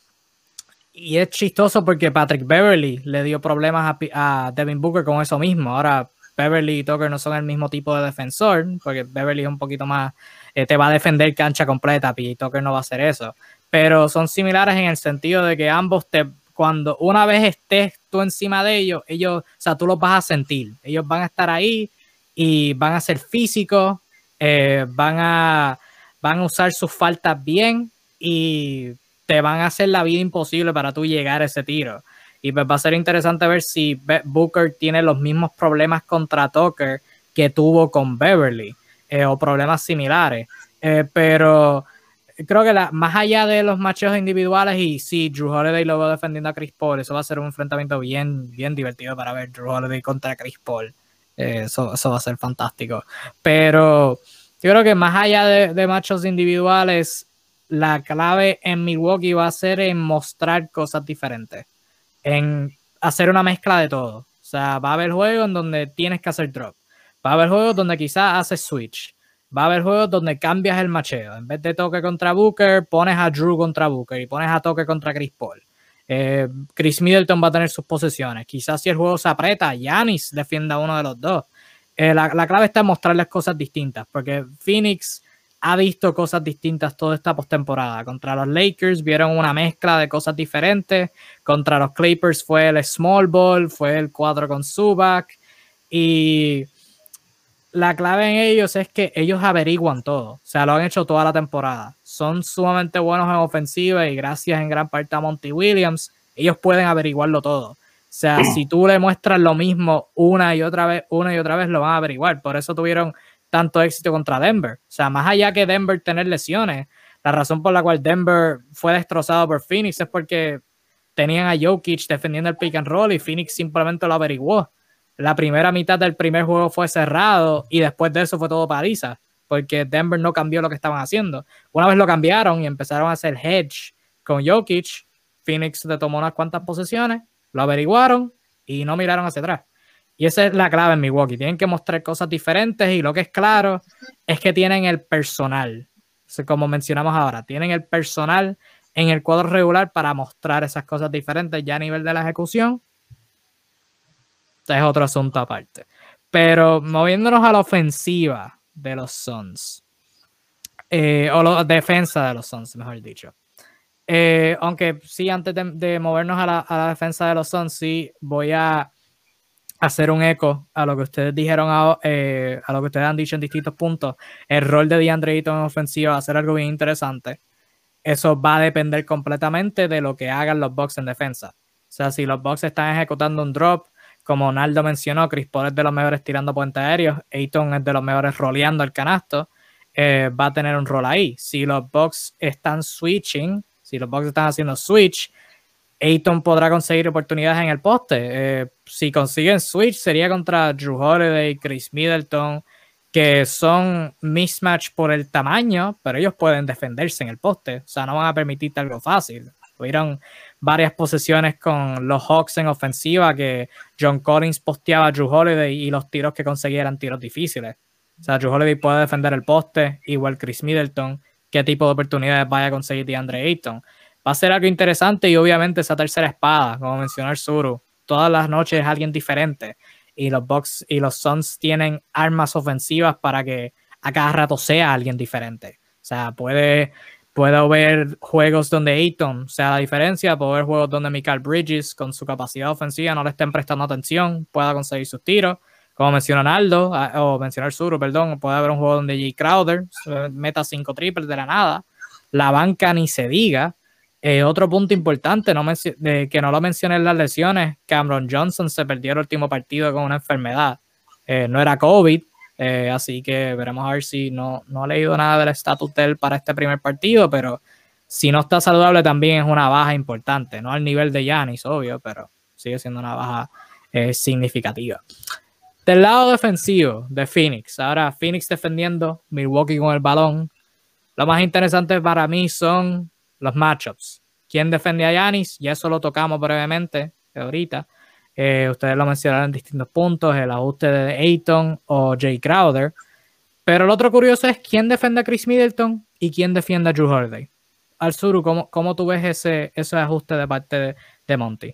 y es chistoso porque Patrick Beverley le dio problemas a, a Devin Booker con eso mismo. Ahora Beverley y Tucker no son el mismo tipo de defensor porque Beverley es un poquito más eh, te va a defender cancha completa, P J Tucker no va a hacer eso, pero son similares en el sentido de que ambos te cuando una vez estés tú encima de ellos, ellos, o sea, tú los vas a sentir, ellos van a estar ahí y van a ser físicos, eh, van a van a usar sus faltas bien y te van a hacer la vida imposible para tú llegar a ese tiro. Y pues va a ser interesante ver si Booker tiene los mismos problemas contra Tucker que tuvo con Beverley, eh, o problemas similares. Eh, pero creo que la, más allá de los matches individuales, y sí, Jrue Holiday lo veo defendiendo a Chris Paul, eso va a ser un enfrentamiento bien, bien divertido para ver Jrue Holiday contra Chris Paul. Eh, eso, eso va a ser fantástico. Pero yo creo que más allá de, de matches individuales, la clave en Milwaukee va a ser en mostrar cosas diferentes, en hacer una mezcla de todo. O sea, va a haber juegos en donde tienes que hacer drop, va a haber juegos donde quizás haces switch, va a haber juegos donde cambias el macheo. En vez de Toque contra Booker, pones a Jrue contra Booker y pones a Toque contra Chris Paul. Eh, Chris Middleton va a tener sus posesiones. Quizás si el juego se aprieta, Giannis defienda a uno de los dos. Eh, la, la clave está en mostrarles cosas distintas, porque Phoenix ha visto cosas distintas toda esta postemporada. Contra los Lakers vieron una mezcla de cosas diferentes. Contra los Clippers fue el small ball, fue el cuadro con Zubac. Y la clave en ellos es que ellos averiguan todo. O sea, lo han hecho toda la temporada. Son sumamente buenos en ofensiva y gracias en gran parte a Monty Williams, ellos pueden averiguarlo todo. O sea, si tú le muestras lo mismo una y otra vez, una y otra vez, lo van a averiguar. Por eso tuvieron tanto éxito contra Denver. O sea, más allá que Denver tener lesiones, la razón por la cual Denver fue destrozado por Phoenix es porque tenían a Jokic defendiendo el pick and roll y Phoenix simplemente lo averiguó. La primera mitad del primer juego fue cerrado y después de eso fue todo paliza, porque Denver no cambió lo que estaban haciendo. Una vez lo cambiaron y empezaron a hacer hedge con Jokic, Phoenix le tomó unas cuantas posesiones, lo averiguaron y no miraron hacia atrás. Y esa es la clave en Milwaukee. Tienen que mostrar cosas diferentes y lo que es claro es que tienen el personal. O sea, como mencionamos ahora, tienen el personal en el cuadro regular para mostrar esas cosas diferentes ya a nivel de la ejecución. Este es otro asunto aparte. Pero moviéndonos a la ofensiva de los Suns. Eh, o la defensa de los Suns, mejor dicho. Eh, aunque sí, antes de, de movernos a la, a la defensa de los Suns, sí voy a hacer un eco a lo que ustedes dijeron, a, eh, a lo que ustedes han dicho en distintos puntos. El rol de DeAndre Ayton en ofensiva va a ser algo bien interesante. Eso va a depender completamente de lo que hagan los Bucks en defensa. O sea, si los Bucks están ejecutando un drop, como Naldo mencionó, Chris Paul es de los mejores tirando puentes aéreos, Ayton es de los mejores roleando el canasto, eh, va a tener un rol ahí. Si los Bucks están switching, si los Bucks están haciendo switch, Ayton podrá conseguir oportunidades en el poste. Eh, si consiguen switch, sería contra Drew Holiday, Chris Middleton, que son mismatch por el tamaño, pero ellos pueden defenderse en el poste. O sea, no van a permitirte algo fácil. Hubieron varias posesiones con los Hawks en ofensiva que John Collins posteaba a Drew Holiday y los tiros que conseguía eran tiros difíciles. O sea, Drew Holiday puede defender el poste, igual Chris Middleton. ¿Qué tipo de oportunidades vaya a conseguir DeAndre Ayton? Va a ser algo interesante y obviamente esa tercera espada, como mencionó el Suru, todas las noches es alguien diferente y los Bucks y los Suns tienen armas ofensivas para que a cada rato sea alguien diferente. O sea, puede, puede haber juegos donde Ayton sea la diferencia, puede haber juegos donde Mikal Bridges con su capacidad ofensiva no le estén prestando atención, pueda conseguir sus tiros. Como mencionó Naldo, o mencionó el Suru, perdón, puede haber un juego donde Jay Crowder meta cinco triples de la nada. La banca ni se diga. Eh, otro punto importante, no de, que no lo mencioné en las lesiones, Cameron Johnson se perdió el último partido con una enfermedad. Eh, no era COVID, eh, así que veremos a ver si no, no he leído nada del estatus de él para este primer partido, pero si no está saludable también es una baja importante, no al nivel de Giannis, obvio, pero sigue siendo una baja eh, significativa. Del lado defensivo de Phoenix, ahora Phoenix defendiendo, Milwaukee con el balón. Lo más interesante para mí son los matchups. ¿Quién defiende a Giannis? Ya eso lo tocamos brevemente ahorita. Eh, ustedes lo mencionaron en distintos puntos, el ajuste de Ayton o Jay Crowder. Pero lo otro curioso es quién defiende a Chris Middleton y quién defiende a Drew Holiday. Al-Suru, ¿cómo, ¿cómo tú ves ese, ese ajuste de parte de, de Monty?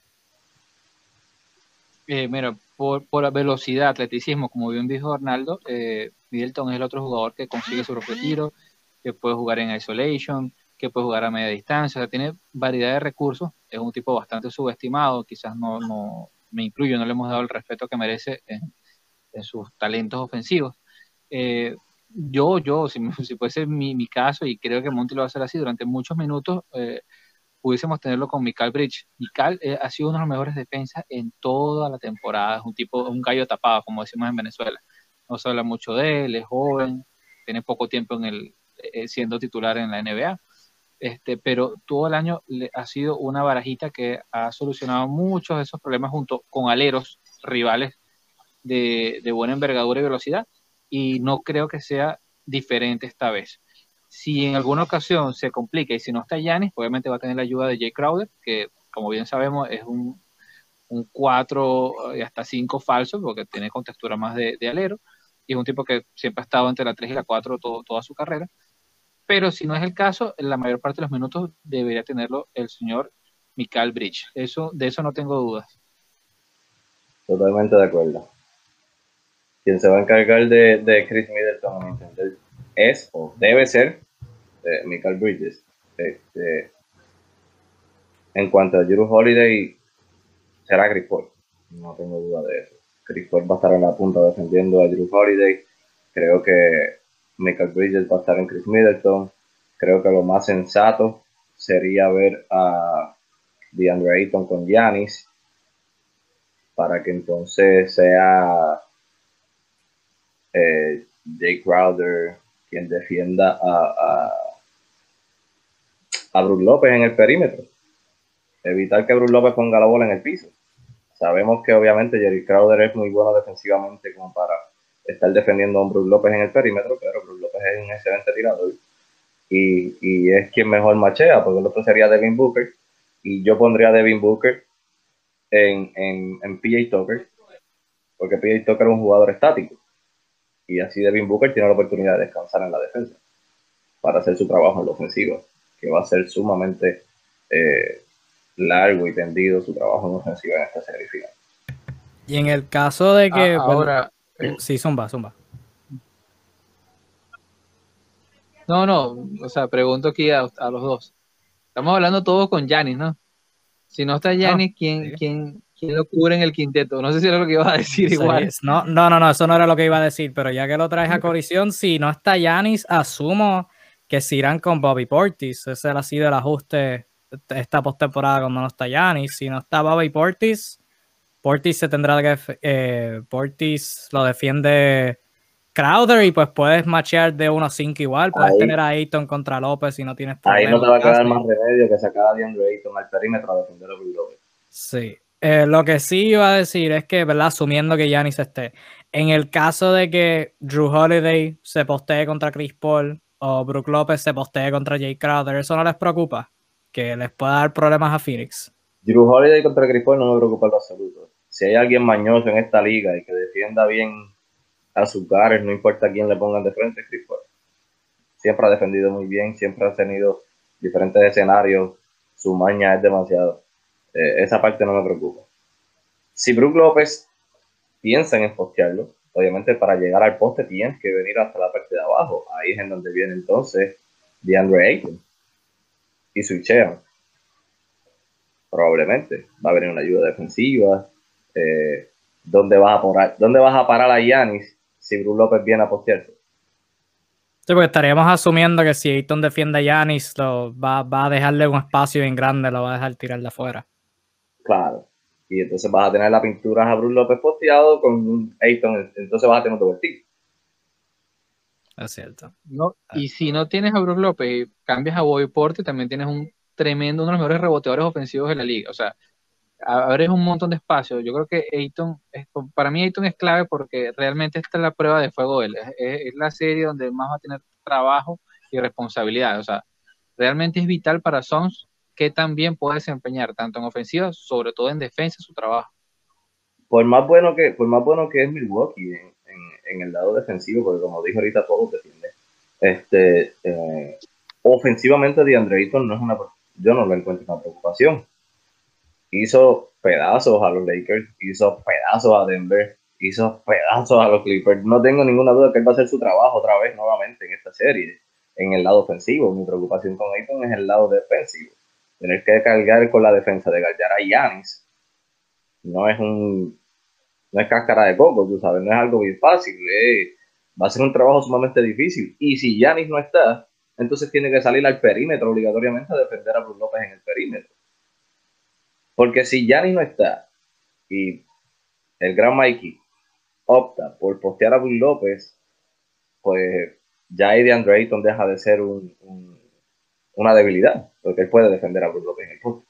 Eh, mira, por, por velocidad, atleticismo, como bien dijo Arnaldo, eh, Middleton es el otro jugador que consigue su propio tiro, que puede jugar en isolation, que puede jugar a media distancia, o sea, tiene variedad de recursos, es un tipo bastante subestimado, quizás no, no me incluyo, no le hemos dado el respeto que merece en, en sus talentos ofensivos. Eh, yo, yo, si, si fuese mi, mi caso, y creo que Monty lo va a hacer así, durante muchos minutos, eh, pudiésemos tenerlo con Mikal Bridges. Mikal eh, ha sido uno de los mejores defensas en toda la temporada, es un tipo, un gallo tapado, como decimos en Venezuela. No se habla mucho de él, es joven, tiene poco tiempo en el, eh, siendo titular en la N B A, este, pero todo el año le, ha sido una barajita que ha solucionado muchos de esos problemas junto con aleros rivales de, de buena envergadura y velocidad, y no creo que sea diferente esta vez. Si en alguna ocasión se complica y si no está Giannis, obviamente va a tener la ayuda de Jay Crowder, que como bien sabemos es un, un cuatro y hasta cinco falso, porque tiene contextura más de, de alero, y es un tipo que siempre ha estado entre la tres y la cuatro todo, toda su carrera. Pero si no es el caso, en la mayor parte de los minutos debería tenerlo el señor Mikal Bridges. Eso, de eso no tengo dudas. Totalmente de acuerdo. Quien se va a encargar de, de Chris Middleton, a mi entender, es o debe ser eh, Mikal Bridges. Este, en cuanto a Jrue Holiday, será Chris Paul. No tengo duda de eso. Chris Paul va a estar en la punta defendiendo a Jrue Holiday. Creo que Mikal Bridges va a estar en Chris Middleton. Creo que lo más sensato sería ver a DeAndre Ayton con Giannis para que entonces sea eh, Jay Crowder quien defienda a, a, a Brook López en el perímetro. Evitar que Brook López ponga la bola en el piso. Sabemos que obviamente Jerry Crowder es muy bueno defensivamente como para estar defendiendo a un Brook López en el perímetro, pero Brook López es un excelente tirador y, y es quien mejor machea, porque el otro sería Devin Booker, y yo pondría a Devin Booker en, en, en P J Tucker, porque P J Tucker es un jugador estático, y así Devin Booker tiene la oportunidad de descansar en la defensa para hacer su trabajo en la ofensiva, que va a ser sumamente eh, largo y tendido su trabajo en ofensiva en esta serie final. Y en el caso de que... Ah, ahora... Bueno, sí, zumba, zumba. No, no, o sea, pregunto aquí a, a los dos. Estamos hablando todos con Giannis, ¿no? Si no está No, Giannis, ¿quién, sí. quién, quién lo cubre en el quinteto? No sé si era lo que ibas a decir Sí, igual. no, no, no, no, eso no era lo que iba a decir, pero ya que lo traes a colisión, si no está Giannis, asumo que se irán con Bobby Portis. Ese ha sido el ajuste esta postemporada cuando no está Giannis. Si no está Bobby Portis, Portis se tendrá que... Eh, Portis lo defiende Crowder y pues puedes matchear de uno cinco igual. Puedes tener Ahí, a Ayton contra López si no tienes ahí no problemas te va a quedar casi. más remedio que sacar a DeAndre Ayton al perímetro a defender a Brook López. Sí. Eh, lo que sí iba a decir es que, ¿verdad? Asumiendo que Giannis esté. En el caso de que Drew Holiday se postee contra Chris Paul o Brook López se postee contra Jay Crowder, ¿eso no les preocupa? Que les pueda dar problemas a Phoenix. Drew Holiday contra Chris Paul no me preocupa en lo absoluto. Si hay alguien mañoso en esta liga y que defienda bien a sus gares, no importa quién le pongan de frente, es Chris Paul. Siempre ha defendido muy bien, siempre ha tenido diferentes escenarios, su maña es demasiado. Eh, esa parte no me preocupa. Si Brook López piensa en postearlo, obviamente para llegar al poste tienes que venir hasta la parte de abajo. Ahí es en donde viene entonces DeAndre Ayton y switchean. Probablemente va a venir una ayuda defensiva. Eh, ¿dónde, vas a parar, ¿Dónde vas a parar a Giannis si Brook López viene a postearse? Sí, porque estaríamos asumiendo que si Ayton defiende a Giannis, lo, va, va a dejarle un espacio bien grande, lo va a dejar tirar de afuera. Claro. Y entonces vas a tener la pintura a Brook López posteado con Ayton, entonces vas a tener un doble team. Es cierto. No, y si no tienes a Brook López y cambias a Bobby Portis, también tienes un tremendo, uno de los mejores reboteadores ofensivos de la liga. O sea, abres un montón de espacio. Yo creo que Ayton, es- para mí Ayton es clave porque realmente esta es la prueba de fuego de él. Es, es- es la serie donde más va a tener trabajo y responsabilidad. O sea, realmente es vital para Suns que también puede desempeñar tanto en ofensiva, sobre todo en defensa, su trabajo. Por más bueno que, por más bueno que es Milwaukee en, en, en el lado defensivo, porque como dije ahorita, todos defienden. Este, eh, ofensivamente, DeAndre Ayton no es una, yo no lo encuentro una preocupación. Hizo pedazos a los Lakers, hizo pedazos a Denver, hizo pedazos a los Clippers. No tengo ninguna duda que él va a hacer su trabajo otra vez nuevamente en esta serie, en el lado ofensivo. Mi preocupación con Ayton es el lado defensivo. Tener que cargar con la defensa de Gallar a Giannis no es un no es cáscara de coco, tú sabes, no es algo bien fácil, eh. Va a ser un trabajo sumamente difícil. Y si Giannis no está, entonces tiene que salir al perímetro obligatoriamente a defender a Brook López en el perímetro. Porque si Giannis no está y el gran Mikey opta por postear a Brook López, pues ya ahí DeAndre Ayton deja de ser un, un, una debilidad, porque él puede defender a Brook López en el poste.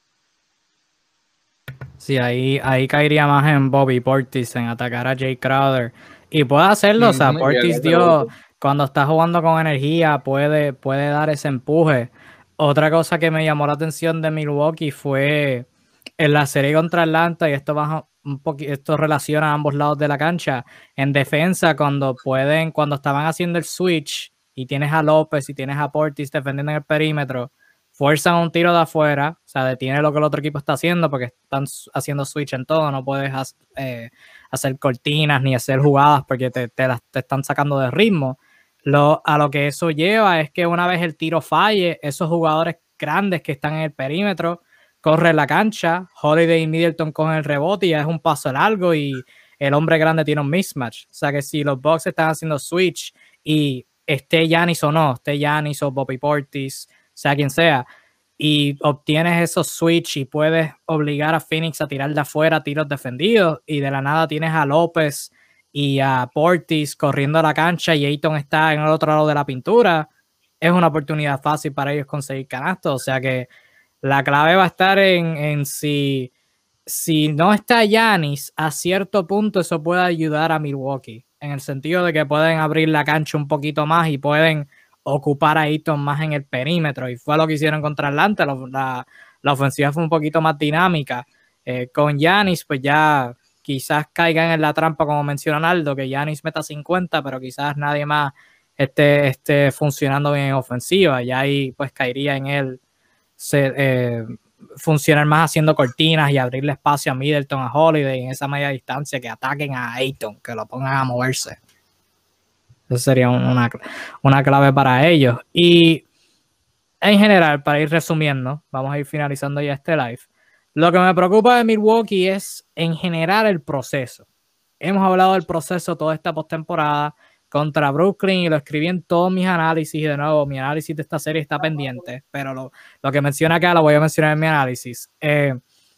Sí, ahí, ahí caería más en Bobby Portis, en atacar a Jay Crowder. Y puede hacerlo, o sea, Mm, y Portis hablar del otro. dio, cuando está jugando con energía, puede, puede dar ese empuje. Otra cosa que me llamó la atención de Milwaukee fue en la serie contra Atlanta, y esto va un poquito, esto relaciona a ambos lados de la cancha. En defensa, cuando pueden, cuando estaban haciendo el switch, y tienes a López y tienes a Portis defendiendo en el perímetro, fuerzan un tiro de afuera, o sea, detiene lo que el otro equipo está haciendo porque están haciendo switch en todo, no puedes eh, hacer cortinas ni hacer jugadas porque te, te, las, te están sacando de ritmo. Lo, a lo que eso lleva es que una vez el tiro falle, esos jugadores grandes que están en el perímetro corren la cancha, Holiday y Middleton cogen el rebote y ya es un paso largo y el hombre grande tiene un mismatch. O sea que si los Bucks están haciendo switch y esté Giannis o no, esté Giannis o Bobby Portis, sea quien sea, y obtienes esos switch y puedes obligar a Phoenix a tirar de afuera tiros defendidos y de la nada tienes a López y a Portis corriendo a la cancha y Ayton está en el otro lado de la pintura, es una oportunidad fácil para ellos conseguir canastos. O sea que la clave va a estar en, en si, si no está Giannis, a cierto punto eso puede ayudar a Milwaukee, en el sentido de que pueden abrir la cancha un poquito más y pueden ocupar a Ayton más en el perímetro, y fue lo que hicieron contra Atlanta. La, la, la ofensiva fue un poquito más dinámica. Eh, con Giannis, pues ya quizás caigan en la trampa, como menciona Naldo, que Giannis meta cincuenta, pero quizás nadie más esté, esté funcionando bien en ofensiva, y ahí pues caería en él se, eh, funcionar más haciendo cortinas y abrirle espacio a Middleton, a Holiday en esa media distancia, que ataquen a Ayton, que lo pongan a moverse. Eso sería una, una clave para ellos. Y en general, para ir resumiendo, vamos a ir finalizando ya este live. Lo que me preocupa de Milwaukee es en general el proceso. Hemos hablado del proceso toda esta postemporada contra Brooklyn y lo escribí en todos mis análisis. Y de nuevo, mi análisis de esta serie está pendiente, pero lo, lo que menciona acá lo voy a mencionar en mi análisis. Eh,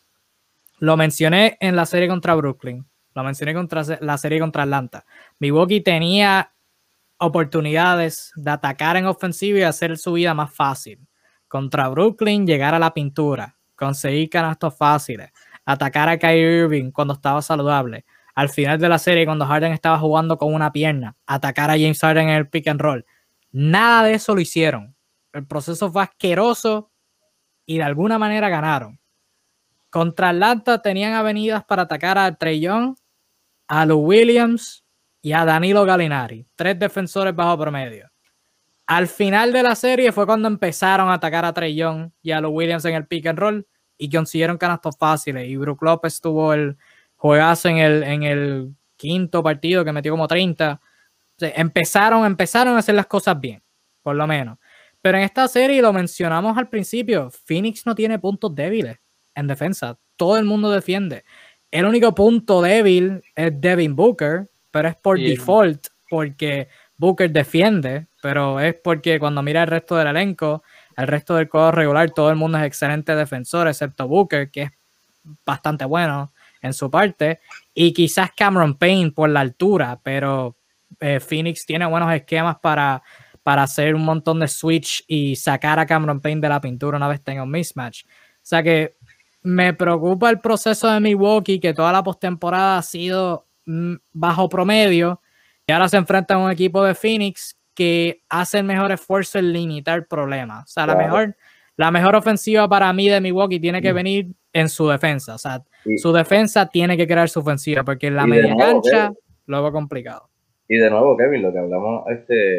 lo mencioné en la serie contra Brooklyn, lo mencioné contra la serie contra Atlanta. Milwaukee tenía oportunidades de atacar en ofensiva y hacer su vida más fácil. Contra Brooklyn, llegar a la pintura, conseguir canastos fáciles, atacar a Kyrie Irving cuando estaba saludable. Al final de la serie, cuando Harden estaba jugando con una pierna, atacar a James Harden en el pick and roll. Nada de eso lo hicieron. El proceso fue asqueroso y de alguna manera ganaron. Contra Atlanta tenían avenidas para atacar a Trae Young, a Lou Williams y a Danilo Gallinari, tres defensores bajo promedio. Al final de la serie fue cuando empezaron a atacar a Trae Young y a Lou Williams en el pick and roll y consiguieron canastos fáciles. Y Brook López tuvo el juegazo en el, en el quinto partido que metió como treinta. O sea, empezaron, empezaron a hacer las cosas bien, por lo menos. Pero en esta serie, lo mencionamos al principio, Phoenix no tiene puntos débiles en defensa. Todo el mundo defiende. El único punto débil es Devin Booker, pero es por Bien. default, porque Booker defiende, pero es porque cuando mira el resto del elenco, el resto del cuadro regular, todo el mundo es excelente defensor, excepto Booker, que es bastante bueno en su parte, y quizás Cameron Payne por la altura, pero eh, Phoenix tiene buenos esquemas para, para hacer un montón de switch y sacar a Cameron Payne de la pintura una vez tenga un mismatch. O sea que me preocupa el proceso de Milwaukee, que toda la postemporada ha sido mm, bajo promedio, y ahora se enfrenta a un equipo de Phoenix que hace el mejor esfuerzo en limitar problemas. O sea, Claro. la mejor, la mejor ofensiva para mí de Milwaukee tiene que venir en su defensa. O sea, Y- su defensa tiene que crear su ofensiva, porque en la y de media nuevo, cancha Kevin. lo veo complicado. Y de nuevo, Kevin, lo que hablamos este,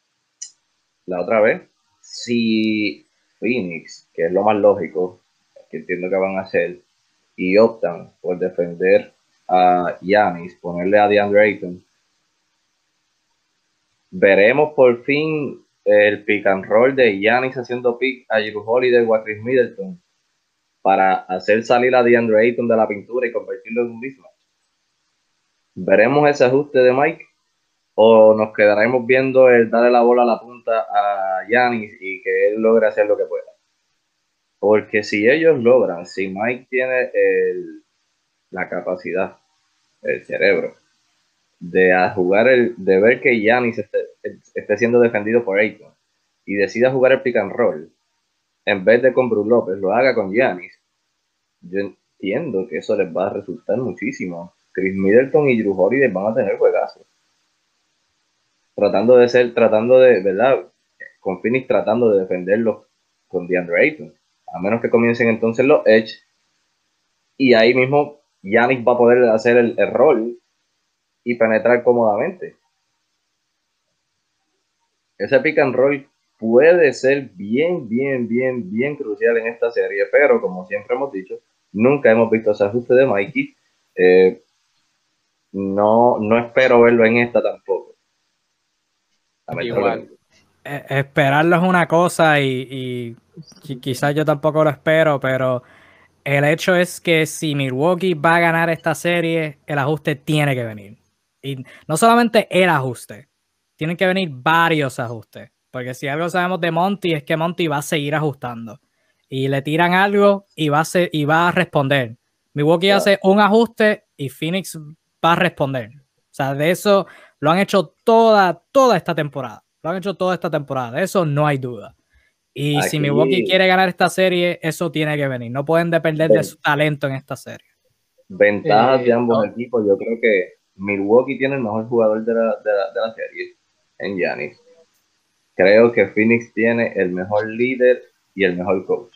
la otra vez, si Phoenix, que es lo más lógico, que entiendo que van a hacer, y optan por defender a Giannis, ponerle a DeAndre Ayton, veremos por fin el pick and roll de Giannis haciendo pick a Jrue Holiday o a Chris Middleton para hacer salir a DeAndre Ayton de la pintura y convertirlo en un mismatch. ¿Veremos ese ajuste de Mike? ¿O nos quedaremos viendo el darle la bola a la punta a Giannis y que él logre hacer lo que pueda? Porque si ellos logran, si Mike tiene el, la capacidad, el cerebro, de a jugar el, de ver que Giannis esté, esté siendo defendido por Ayton y decida jugar el pick and roll, en vez de con Brook López, lo haga con Giannis, yo entiendo que eso les va a resultar muchísimo. Chris Middleton y Jrue Holiday van a tener juegazos. Tratando de ser, tratando de, ¿verdad? Con Phoenix tratando de defenderlo con DeAndre Ayton. A menos que comiencen entonces los Edge. Y ahí mismo Giannis va a poder hacer el, el rol y penetrar cómodamente. Ese pick and roll puede ser bien, bien, bien, bien crucial en esta serie, pero como siempre hemos dicho, nunca hemos visto ese ajuste de Mikey. Eh, no, no espero verlo en esta tampoco. Igual. Eh, esperarlo es una cosa y, y quizás yo tampoco lo espero, pero el hecho es que si Milwaukee va a ganar esta serie, el ajuste tiene que venir. Y no solamente el ajuste, tienen que venir varios ajustes. Porque si algo sabemos de Monty es que Monty va a seguir ajustando. Y le tiran algo y va a, ser, y va a responder. Milwaukee Claro. hace un ajuste y Phoenix va a responder. O sea, de eso lo han hecho toda, toda esta temporada. Lo han hecho toda esta temporada. De eso no hay duda. Y Aquí, si Milwaukee quiere ganar esta serie, eso tiene que venir. No pueden depender de su talento en esta serie. Ventajas Eh, de ambos no. equipos. Yo creo que Milwaukee tiene el mejor jugador de la, de la, de la serie en Giannis. Creo que Phoenix tiene el mejor líder y el mejor coach.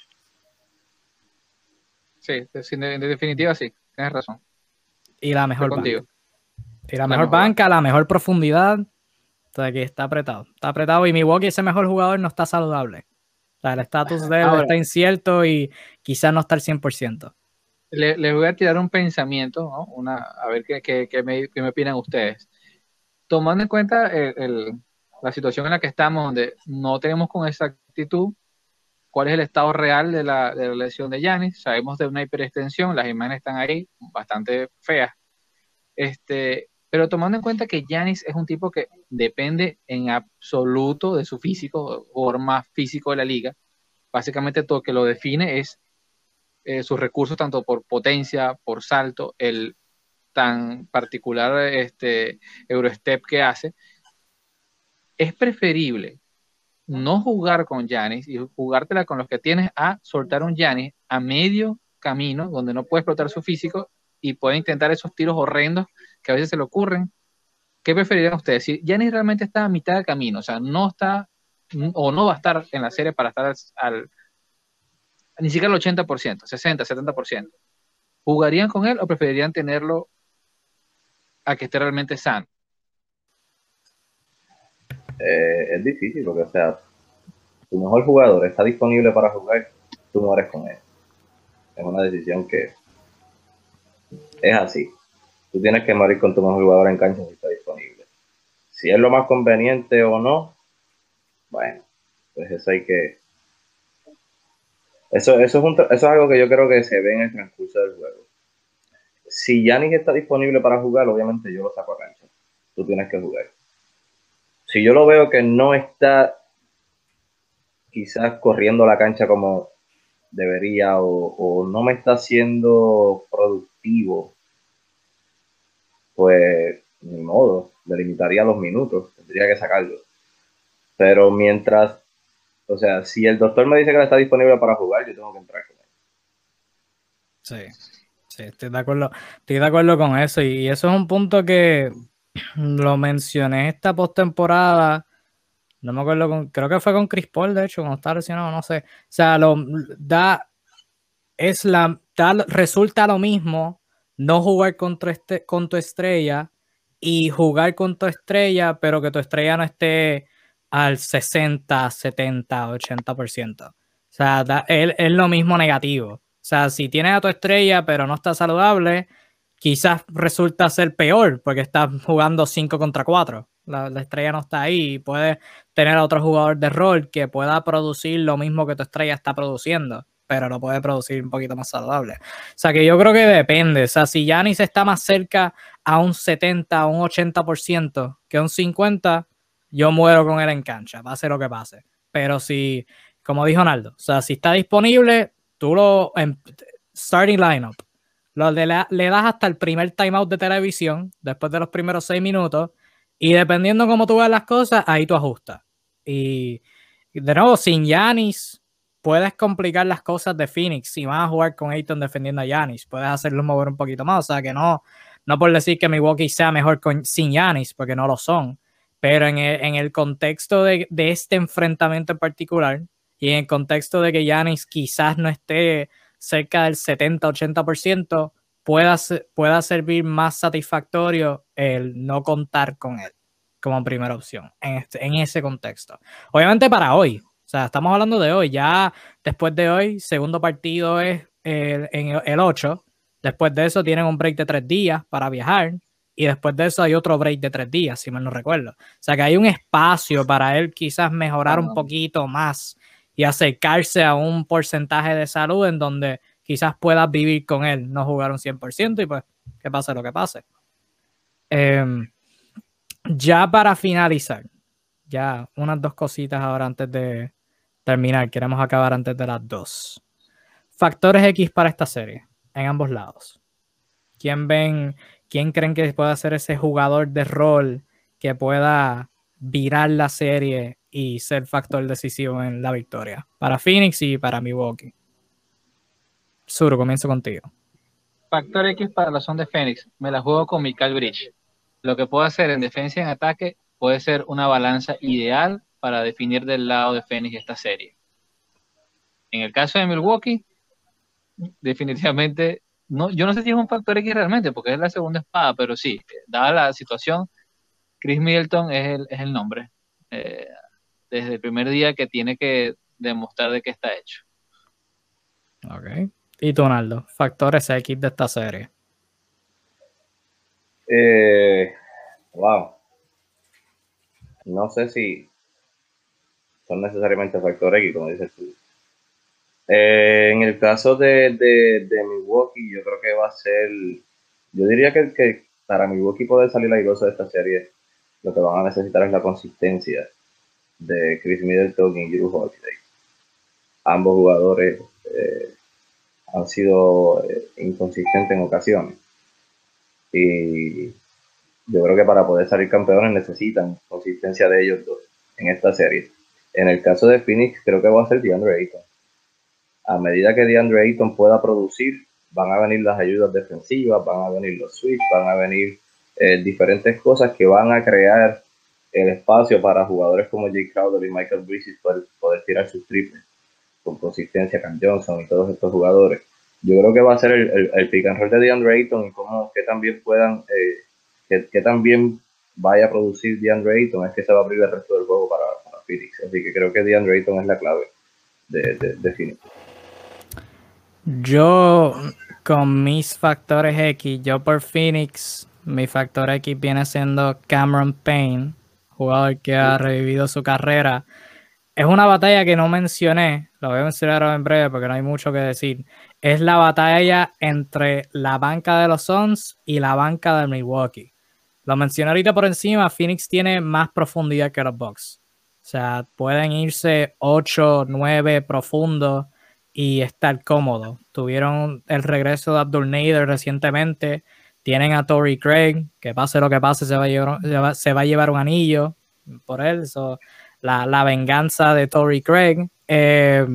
Sí, de, de definitiva sí, tienes razón. Y la mejor Estoy contigo. banca. Y la, La mejor mejor banca, la mejor profundidad. O sea, que está apretado. Está apretado y Milwaukee, ese mejor jugador, no está saludable. O sea, el estatus de él Ahora, está incierto y quizás no está al cien por ciento. le, les voy a tirar un pensamiento, ¿no? Una, a ver qué, qué, qué me, qué me opinan ustedes. tomando en cuenta el, el, la situación en la que estamos, donde no tenemos con exactitud cuál es el estado real de la, de la lesión de Giannis, sabemos de una hiperextensión, las imágenes están ahí, bastante feas, este, pero tomando en cuenta que Giannis es un tipo que depende en absoluto de su físico, o más físico de la liga, básicamente todo lo que lo define es eh, sus recursos tanto por potencia, por salto, el tan particular este, Eurostep que hace. Es preferible no jugar con Giannis y jugártela con los que tienes a soltar un Giannis a medio camino donde no puede explotar su físico y puede intentar esos tiros horrendos que a veces se le ocurren. ¿Qué preferirían ustedes? Si Giannis realmente está a mitad de camino, o sea, no está o no va a estar en la serie para estar al, al ni siquiera el ochenta por ciento, sesenta, setenta por ciento, ¿jugarían con él o preferirían tenerlo a que esté realmente sano? Eh, es difícil porque, o sea, tu mejor jugador está disponible para jugar, tú mueres con él. Es una decisión que es así. Tú tienes que morir con tu mejor jugador en cancha si está disponible. Si es lo más conveniente o no, bueno, pues eso hay que... Eso, eso, es un, eso es algo que yo creo que se ve en el transcurso del juego. Si Giannis está disponible para jugar, obviamente yo lo saco a cancha. Tú tienes que jugar. Si yo lo veo que no está quizás corriendo la cancha como debería o, o no me está siendo productivo, pues ni modo, le limitaría los minutos, tendría que sacarlo. Pero mientras, o sea, si el doctor me dice que no está disponible para jugar, yo tengo que entrar con él. Sí, sí, estoy de acuerdo, estoy de acuerdo con eso. Y eso es un punto que lo mencioné esta postemporada. No me acuerdo, con, creo que fue con Chris Paul, de hecho, cuando estaba lesionado, no sé. O sea, lo, da, es la, da, resulta lo mismo no jugar contra este, con tu estrella y jugar con tu estrella, pero que tu estrella no esté al sesenta, setenta, ochenta por ciento. O sea, da, es, es lo mismo negativo. O sea, si tienes a tu estrella, pero no está saludable, quizás resulta ser peor, porque estás jugando cinco contra cuatro. La, la estrella no está ahí y puedes tener a otro jugador de rol que pueda producir lo mismo que tu estrella está produciendo, pero lo puede producir un poquito más saludable. O sea que yo creo que depende. O sea, si Giannis está más cerca a un setenta, a un ochenta por ciento que a un cincuenta por ciento, yo muero con él en cancha, pase lo que pase. Pero si, como dijo Naldo, o sea, si está disponible, tú lo... En, starting lineup. Lo de la, le das hasta el primer timeout de televisión, después de los primeros seis minutos, y dependiendo cómo tú veas las cosas, ahí tú ajustas. Y de nuevo, sin Giannis, puedes complicar las cosas de Phoenix. Si vas a jugar con Ayton defendiendo a Giannis, puedes hacerlo mover un poquito más. O sea, que no, no por decir que Milwaukee sea mejor con, sin Giannis, porque no lo son. Pero en el, en el contexto de, de este enfrentamiento en particular, y en el contexto de que Giannis quizás no esté cerca del setenta, ochenta por ciento, pueda, pueda servir más satisfactorio el no contar con él como primera opción en, este, en ese contexto. Obviamente para hoy, o sea, estamos hablando de hoy, ya después de hoy, segundo partido es el, en el ocho, después de eso tienen un break de tres días para viajar y después de eso hay otro break de tres días, si mal no recuerdo. O sea, que hay un espacio para él quizás mejorar un poquito más y acercarse a un porcentaje de salud en donde quizás puedas vivir con él, no jugar un cien por ciento y pues que pase lo que pase. Eh, ya para finalizar, ya unas dos cositas ahora antes de terminar, queremos acabar antes de las dos. Factores X para esta serie, en ambos lados. ¿Quién ven, quién creen que pueda ser ese jugador de rol que pueda virar la serie y ser factor decisivo en la victoria? Para Phoenix y para Milwaukee. Suro, comienzo contigo. Factor X para la zona de Phoenix, me la juego con Mikal Bridge. Lo que puedo hacer en defensa y en ataque puede ser una balanza ideal para definir del lado de Phoenix esta serie. En el caso de Milwaukee, definitivamente, no, yo no sé si es un factor X realmente, porque es la segunda espada, pero sí, dada la situación, Chris Middleton es el, es el nombre. Eh, desde el primer día que tiene que demostrar de qué está hecho. Ok. ¿Y tú, Naldo? Factores X de esta serie. Eh, wow. no sé si son necesariamente factor X, como dices tú. Eh, en el caso de, de, de Milwaukee, yo creo que va a ser, yo diría que, que para Milwaukee poder salir airoso de esta serie, lo que van a necesitar es la consistencia de Chris Middleton y Jrue Holiday. Ambos jugadores eh, han sido eh, inconsistentes en ocasiones. Y yo creo que para poder salir campeones necesitan consistencia de ellos dos en esta serie. En el caso de Phoenix, creo que va a ser DeAndre Ayton. A medida que DeAndre Ayton pueda producir, van a venir las ayudas defensivas, van a venir los switch, van a venir eh, diferentes cosas que van a crear el espacio para jugadores como Jay Crowder y Michael Bridges poder, poder tirar sus triples con consistencia, Cam Johnson y todos estos jugadores. Yo creo que va a ser el, el, el pick and roll de DeAndre Ayton y cómo que también puedan, eh, que, que también vaya a producir DeAndre Ayton, es que se va a abrir el resto del juego para, para Phoenix. Así que creo que DeAndre Ayton es la clave de, de, de Phoenix. Yo, con mis factores X, yo por Phoenix, mi factor X viene siendo Cameron Payne, jugador que ha revivido su carrera. Es una batalla que no mencioné, lo voy a mencionar en breve porque no hay mucho que decir. Es la batalla entre la banca de los Suns y la banca de Milwaukee. Lo mencioné ahorita por encima, Phoenix tiene más profundidad que los Bucks. O sea, pueden irse ocho, nueve profundos y estar cómodos. Tuvieron el regreso de Abdul Nader recientemente. Tienen a Torrey Craig, que pase lo que pase, se va a llevar, se va, se va a llevar un anillo por él. So, la, la venganza de Torrey Craig. Eh,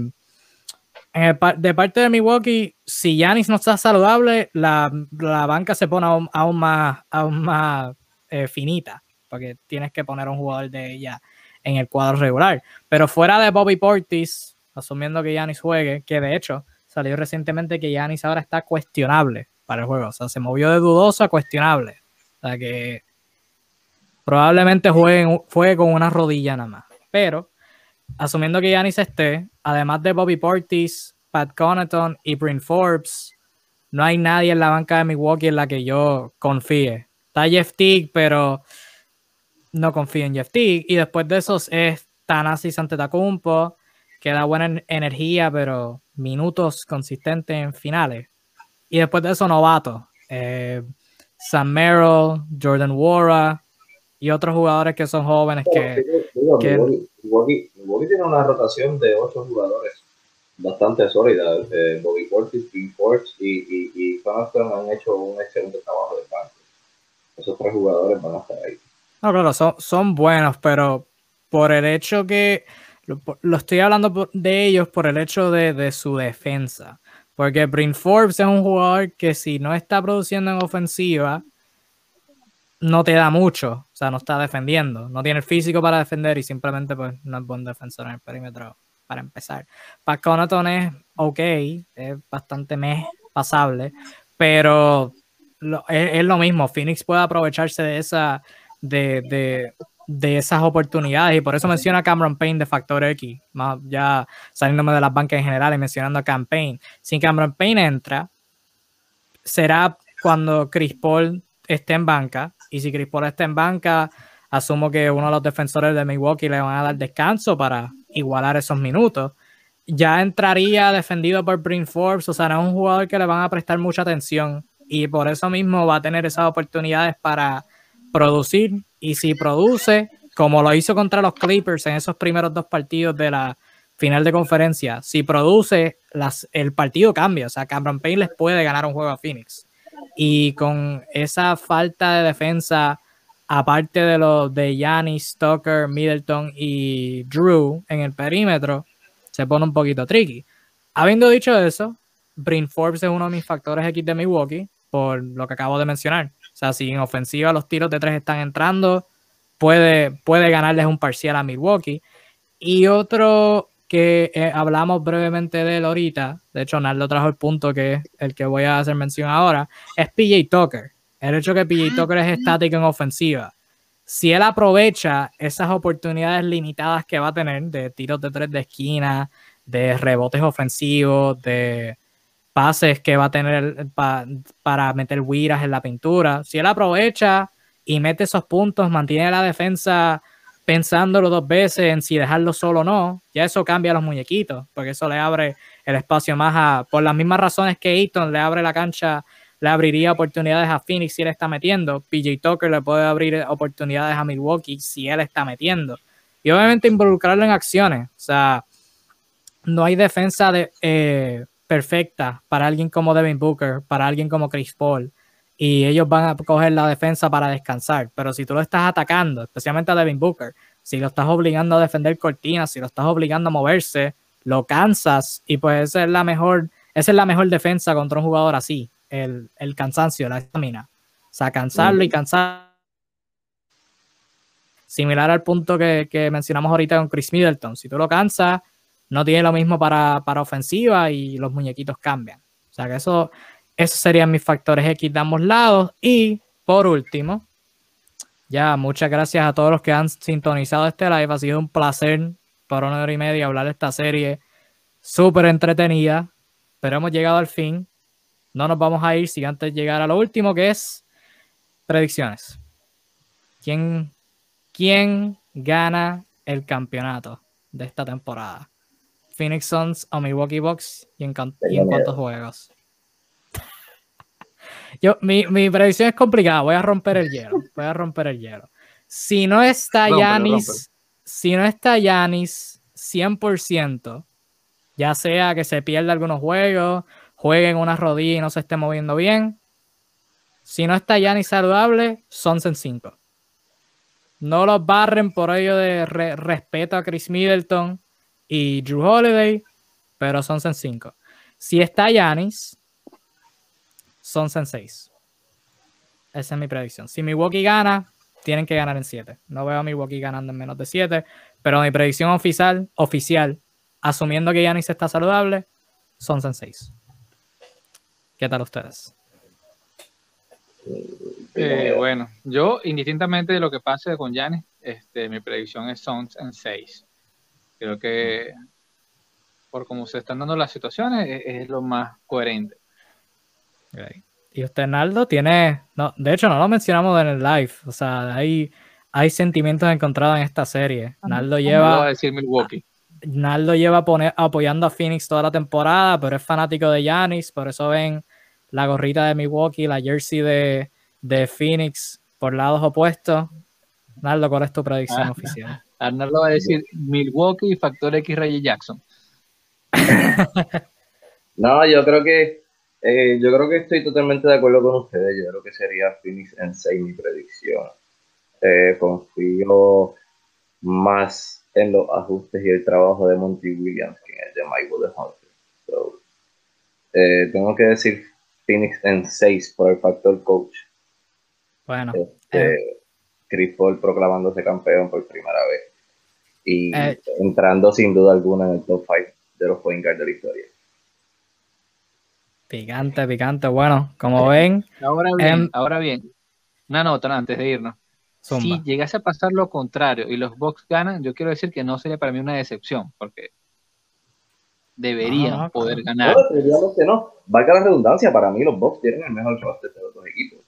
el, de parte de Milwaukee, si Giannis no está saludable, la, la banca se pone aún, aún más, aún más eh, finita, porque tienes que poner un jugador de ella en el cuadro regular. Pero fuera de Bobby Portis, asumiendo que Giannis juegue, que de hecho salió recientemente que Giannis ahora está cuestionable para el juego. O sea, se movió de dudoso a cuestionable. O sea que probablemente juegue, juegue con una rodilla nada más. Pero asumiendo que Giannis esté, además de Bobby Portis, Pat Connaughton y Bryn Forbes, no hay nadie en la banca de Milwaukee en la que yo confíe. Está Jeff Teague, pero no confío en Jeff Teague. Y después de esos es Thanasis Antetokounmpo, que da buena energía, pero minutos consistentes en finales. Y después de eso, novatos. Eh, Sam Merrill, Jordan Nwora y otros jugadores que son jóvenes que... Digo, que Milwaukee, Milwaukee, Milwaukee tiene una rotación de ocho jugadores bastante sólida. Eh, Bobby Portis, Bryn Forbes y, y, y Connaughton han hecho un excelente trabajo de banco. Esos tres jugadores van a estar ahí. No, claro, son, son buenos, pero por el hecho que lo, lo estoy hablando por, de ellos por el hecho de, de su defensa. Porque Bryn Forbes es un jugador que si no está produciendo en ofensiva, no te da mucho. O sea, no está defendiendo. No tiene el físico para defender y simplemente pues, no es buen defensor en el perímetro para empezar. Pat Connaughton es ok, es bastante meh, pasable, pero lo, es, es lo mismo. Phoenix puede aprovecharse de esa de, de, de esas oportunidades y por eso menciona a Cameron Payne de factor X, más ya saliéndome de las bancas en general y mencionando a Cam Payne. Si Cameron Payne entra, será cuando Chris Paul esté en banca, y si Chris Paul está en banca, asumo que uno de los defensores de Milwaukee le van a dar descanso para igualar esos minutos. Ya entraría defendido por Bryn Forbes, o sea, no es un jugador que le van a prestar mucha atención y por eso mismo va a tener esas oportunidades para producir, y si produce, como lo hizo contra los Clippers en esos primeros dos partidos de la final de conferencia, si produce, las, el partido cambia, o sea, Cameron Payne les puede ganar un juego a Phoenix. Y con esa falta de defensa, aparte de los de Giannis, Tucker, Middleton y Jrue en el perímetro, se pone un poquito tricky. Habiendo dicho eso, Bryn Forbes es uno de mis factores X de Milwaukee, por lo que acabo de mencionar. O sea, si en ofensiva los tiros de tres están entrando, puede, puede ganarles un parcial a Milwaukee. Y otro que eh, hablamos brevemente de él ahorita, de hecho Nardo trajo el punto que es el que voy a hacer mención ahora, es P J Tucker. El hecho que P J Tucker es estático en ofensiva. Si él aprovecha esas oportunidades limitadas que va a tener de tiros de tres de esquina, de rebotes ofensivos, de pases que va a tener pa, para meter guiras en la pintura, si él aprovecha y mete esos puntos, mantiene la defensa pensándolo dos veces en si dejarlo solo o no, ya eso cambia a los muñequitos, porque eso le abre el espacio más a, por las mismas razones que Ayton le abre la cancha, le abriría oportunidades a Phoenix si él está metiendo, P J Tucker le puede abrir oportunidades a Milwaukee si él está metiendo, y obviamente involucrarlo en acciones, o sea, no hay defensa de, eh, perfecta para alguien como Devin Booker, para alguien como Chris Paul, y ellos van a coger la defensa para descansar, pero si tú lo estás atacando, especialmente a Devin Booker, si lo estás obligando a defender cortinas, si lo estás obligando a moverse, lo cansas, y pues esa es la mejor, esa es la mejor defensa contra un jugador así, el, el cansancio, la estamina, o sea, cansarlo y cansar, similar al punto que, que mencionamos ahorita con Chris Middleton, si tú lo cansas, no tiene lo mismo para, para ofensiva y los muñequitos cambian, o sea que eso esos serían mis factores X de ambos lados. Y por último, ya muchas gracias a todos los que han sintonizado este live. Ha sido un placer por una hora y media hablar de esta serie súper entretenida, pero hemos llegado al fin. No nos vamos a ir sin antes llegar a lo último, que es predicciones. ¿Quién, quién gana el campeonato de esta temporada? ¿Phoenix Suns o Milwaukee Bucks? ¿Y en, y en cuántos juegos? Yo, mi, mi predicción es complicada. Voy a romper el hielo. Voy a romper el hielo. Si no está Giannis, si no está Giannis cien por ciento, ya sea que se pierda algunos juegos, juegue en una rodilla y no se esté moviendo bien. Si no está Giannis saludable, Suns en cinco. No los barren por ello de re, respeto a Chris Middleton y Jrue Holiday, pero Suns en cinco. Si está Giannis, Suns en seis. Esa es mi predicción. Si Milwaukee gana, tienen que ganar en siete. No veo a Milwaukee ganando en menos de siete, pero mi predicción oficial, oficial, asumiendo que Giannis está saludable, son en seis. ¿Qué tal ustedes? Eh, bueno, yo, indistintamente de lo que pase con Giannis, este, mi predicción es Suns en seis. Creo que por cómo se están dando las situaciones es, es lo más coherente. Okay. Y usted, Naldo, tiene... No, de hecho, no lo mencionamos en el live. O sea, hay, hay sentimientos encontrados en esta serie. Naldo lleva... No va a decir Milwaukee. Naldo lleva poner, apoyando a Phoenix toda la temporada, pero es fanático de Giannis, por eso ven la gorrita de Milwaukee, la jersey de, de Phoenix por lados opuestos. Naldo, ¿cuál es tu predicción ah, oficial? Arnaldo va a decir Milwaukee y Factor X Reggie Jackson. No, yo creo que eh, yo creo que estoy totalmente de acuerdo con ustedes. Yo creo que sería Phoenix en seis mi predicción. Eh, confío más en los ajustes y el trabajo de Monty Williams que en el de Michael Hunter. So, eh, tengo que decir Phoenix en seis por el factor coach. Bueno, este, eh, Chris Paul proclamándose campeón por primera vez y eh, entrando sin duda alguna en el top cinco de los point guard de la historia. Picante, picante. Bueno, como ven. Ahora bien, en... ahora bien, una nota antes de irnos. Zumba. Si llegase a pasar lo contrario y los Bucks ganan, yo quiero decir que no sería para mí una decepción, porque deberían no, no, poder claro. ganar. No, definitivamente no. Valga la redundancia, para mí los Bucks tienen el mejor roster de los dos equipos.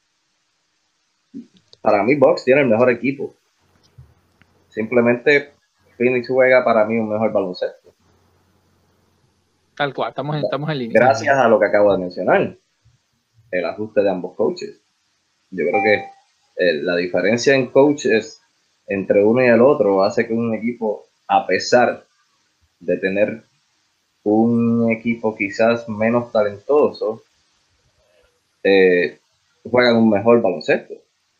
Para mí Bucks tiene el mejor equipo. Simplemente Phoenix juega para mí un mejor baloncesto. Tal cual, estamos en, estamos en línea. Gracias a lo que acabo de mencionar, el ajuste de ambos coaches. Yo creo que eh, la diferencia en coaches entre uno y el otro hace que un equipo, a pesar de tener un equipo quizás menos talentoso, eh, juegan un mejor baloncesto.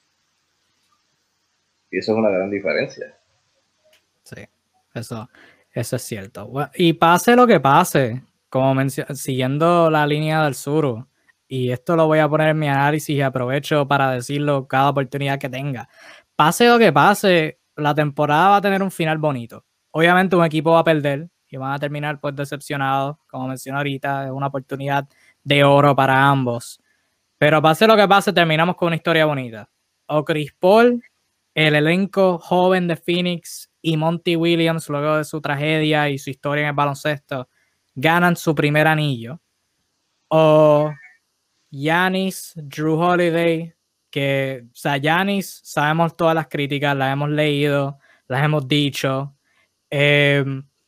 Y eso es una gran diferencia. Sí, eso, eso es cierto. Bueno, y pase lo que pase, como siguiendo la línea del sur, y esto lo voy a poner en mi análisis y aprovecho para decirlo cada oportunidad que tenga. Pase lo que pase, la temporada va a tener un final bonito. Obviamente un equipo va a perder y van a terminar pues decepcionados, como mencioné ahorita, es una oportunidad de oro para ambos. Pero pase lo que pase, terminamos con una historia bonita. O Chris Paul, el elenco joven de Phoenix y Monty Williams, luego de su tragedia y su historia en el baloncesto, ganan su primer anillo. O Giannis, Jrue Holiday, que, o sea, Giannis, sabemos todas las críticas, las hemos leído, las hemos dicho. Eh,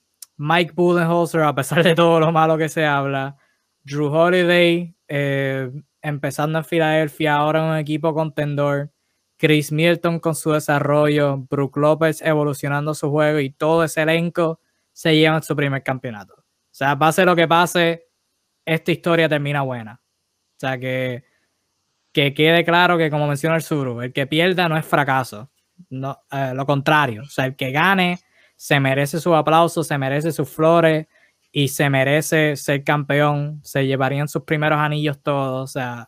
Mike Budenholzer, a pesar de todo lo malo que se habla. Drew Holiday, eh, empezando en Filadelfia, ahora en un equipo contendor. Chris Middleton con su desarrollo. Brook López evolucionando su juego y todo ese elenco se lleva en su primer campeonato. O sea, pase lo que pase, esta historia termina buena. O sea, que, que quede claro que, como menciona el Suru, el que pierda no es fracaso. No, eh, lo contrario. O sea, el que gane se merece su aplauso, se merece sus flores y se merece ser campeón. Se llevarían sus primeros anillos todos. O sea,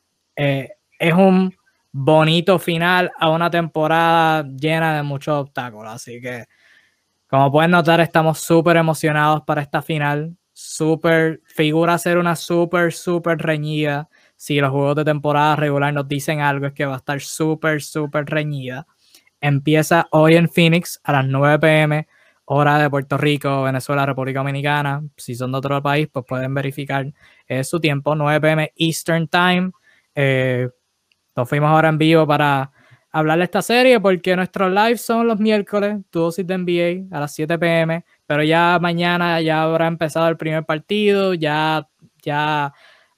eh, es un bonito final a una temporada llena de muchos obstáculos. Así que, como pueden notar, estamos súper emocionados para esta final. Súper, figura ser una súper, súper reñida. Si los juegos de temporada regular nos dicen algo, es que va a estar súper, súper reñida. Empieza hoy en Phoenix a las nueve p m, hora de Puerto Rico, Venezuela, República Dominicana. Si son de otro país, pues pueden verificar eh, su tiempo, nueve p m Eastern Time. Eh, nos fuimos ahora en vivo para hablar de esta serie porque nuestros lives son los miércoles, tu dosis de N B A a las siete p m, pero ya mañana ya habrá empezado el primer partido, ya, ya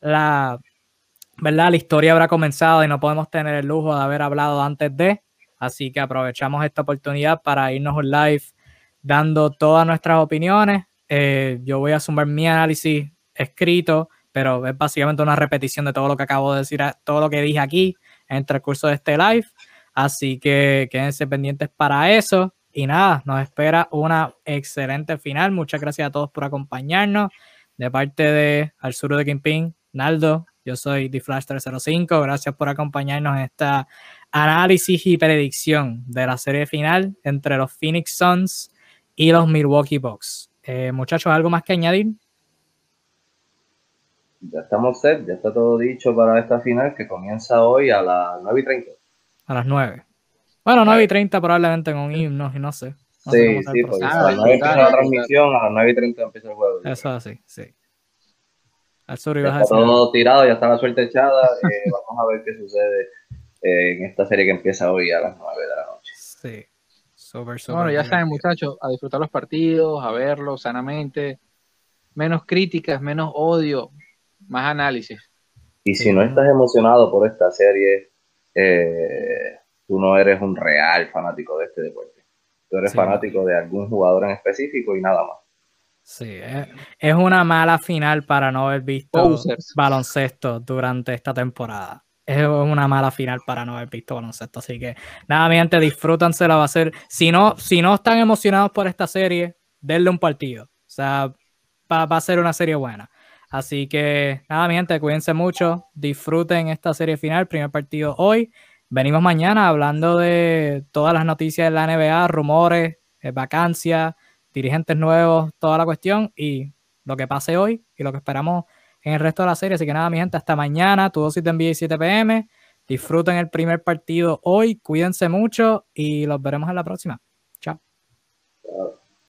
la, ¿verdad? La historia habrá comenzado y no podemos tener el lujo de haber hablado antes de, así que aprovechamos esta oportunidad para irnos un live dando todas nuestras opiniones. Eh, yo voy a sumar mi análisis escrito, pero es básicamente una repetición de todo lo que acabo de decir, todo lo que dije aquí en el transcurso de este live. Así que quédense pendientes para eso. Y nada, nos espera una excelente final. Muchas gracias a todos por acompañarnos. De parte de Al Sur de Kingpin, Naldo, yo soy DFlash trescientos cinco. Gracias por acompañarnos en esta análisis y predicción de la serie final entre los Phoenix Suns y los Milwaukee Bucks. Eh, muchachos, ¿algo más que añadir? Ya estamos set, ya está todo dicho para esta final que comienza hoy a las nueve y treinta. A las nueve. Bueno, nueve y treinta probablemente con himnos y no sé. No sé sí, sí, porque Ah, a las nueve brutal, empieza la brutal. transmisión, a las nueve y treinta empieza el juego. Eso así, sí. Al Sur Ya ibas a está decir todo algo. tirado, ya está la suerte echada. Eh, vamos a ver qué sucede eh, en esta serie que empieza hoy a las nueve de la noche. Sí, súper, súper. Bueno, ya divertido. saben, muchachos, a disfrutar los partidos, a verlos sanamente. Menos críticas, menos odio, más análisis. Y Sí, si no bueno. estás emocionado por esta serie, eh, tú no eres un real fanático de este deporte. Tú eres Sí, fanático de algún jugador en específico y nada más. Sí, es, es una mala final para no haber visto Posers. baloncesto durante esta temporada. Es una mala final para no haber visto baloncesto. Así que, nada, mi gente, disfrútansela. Va a ser. Si no, si no están emocionados por esta serie, denle un partido. O sea, va, va a ser una serie buena. Así que, nada, mi gente, cuídense mucho. Disfruten esta serie final. Primer partido hoy. Venimos mañana hablando de todas las noticias de la N B A, rumores, eh, vacancias, dirigentes nuevos, toda la cuestión y lo que pase hoy y lo que esperamos en el resto de la serie. Así que nada, mi gente, hasta mañana. Tu dosis de N B A siete p m. Disfruten el primer partido hoy, cuídense mucho y los veremos en la próxima. Chao. Claro.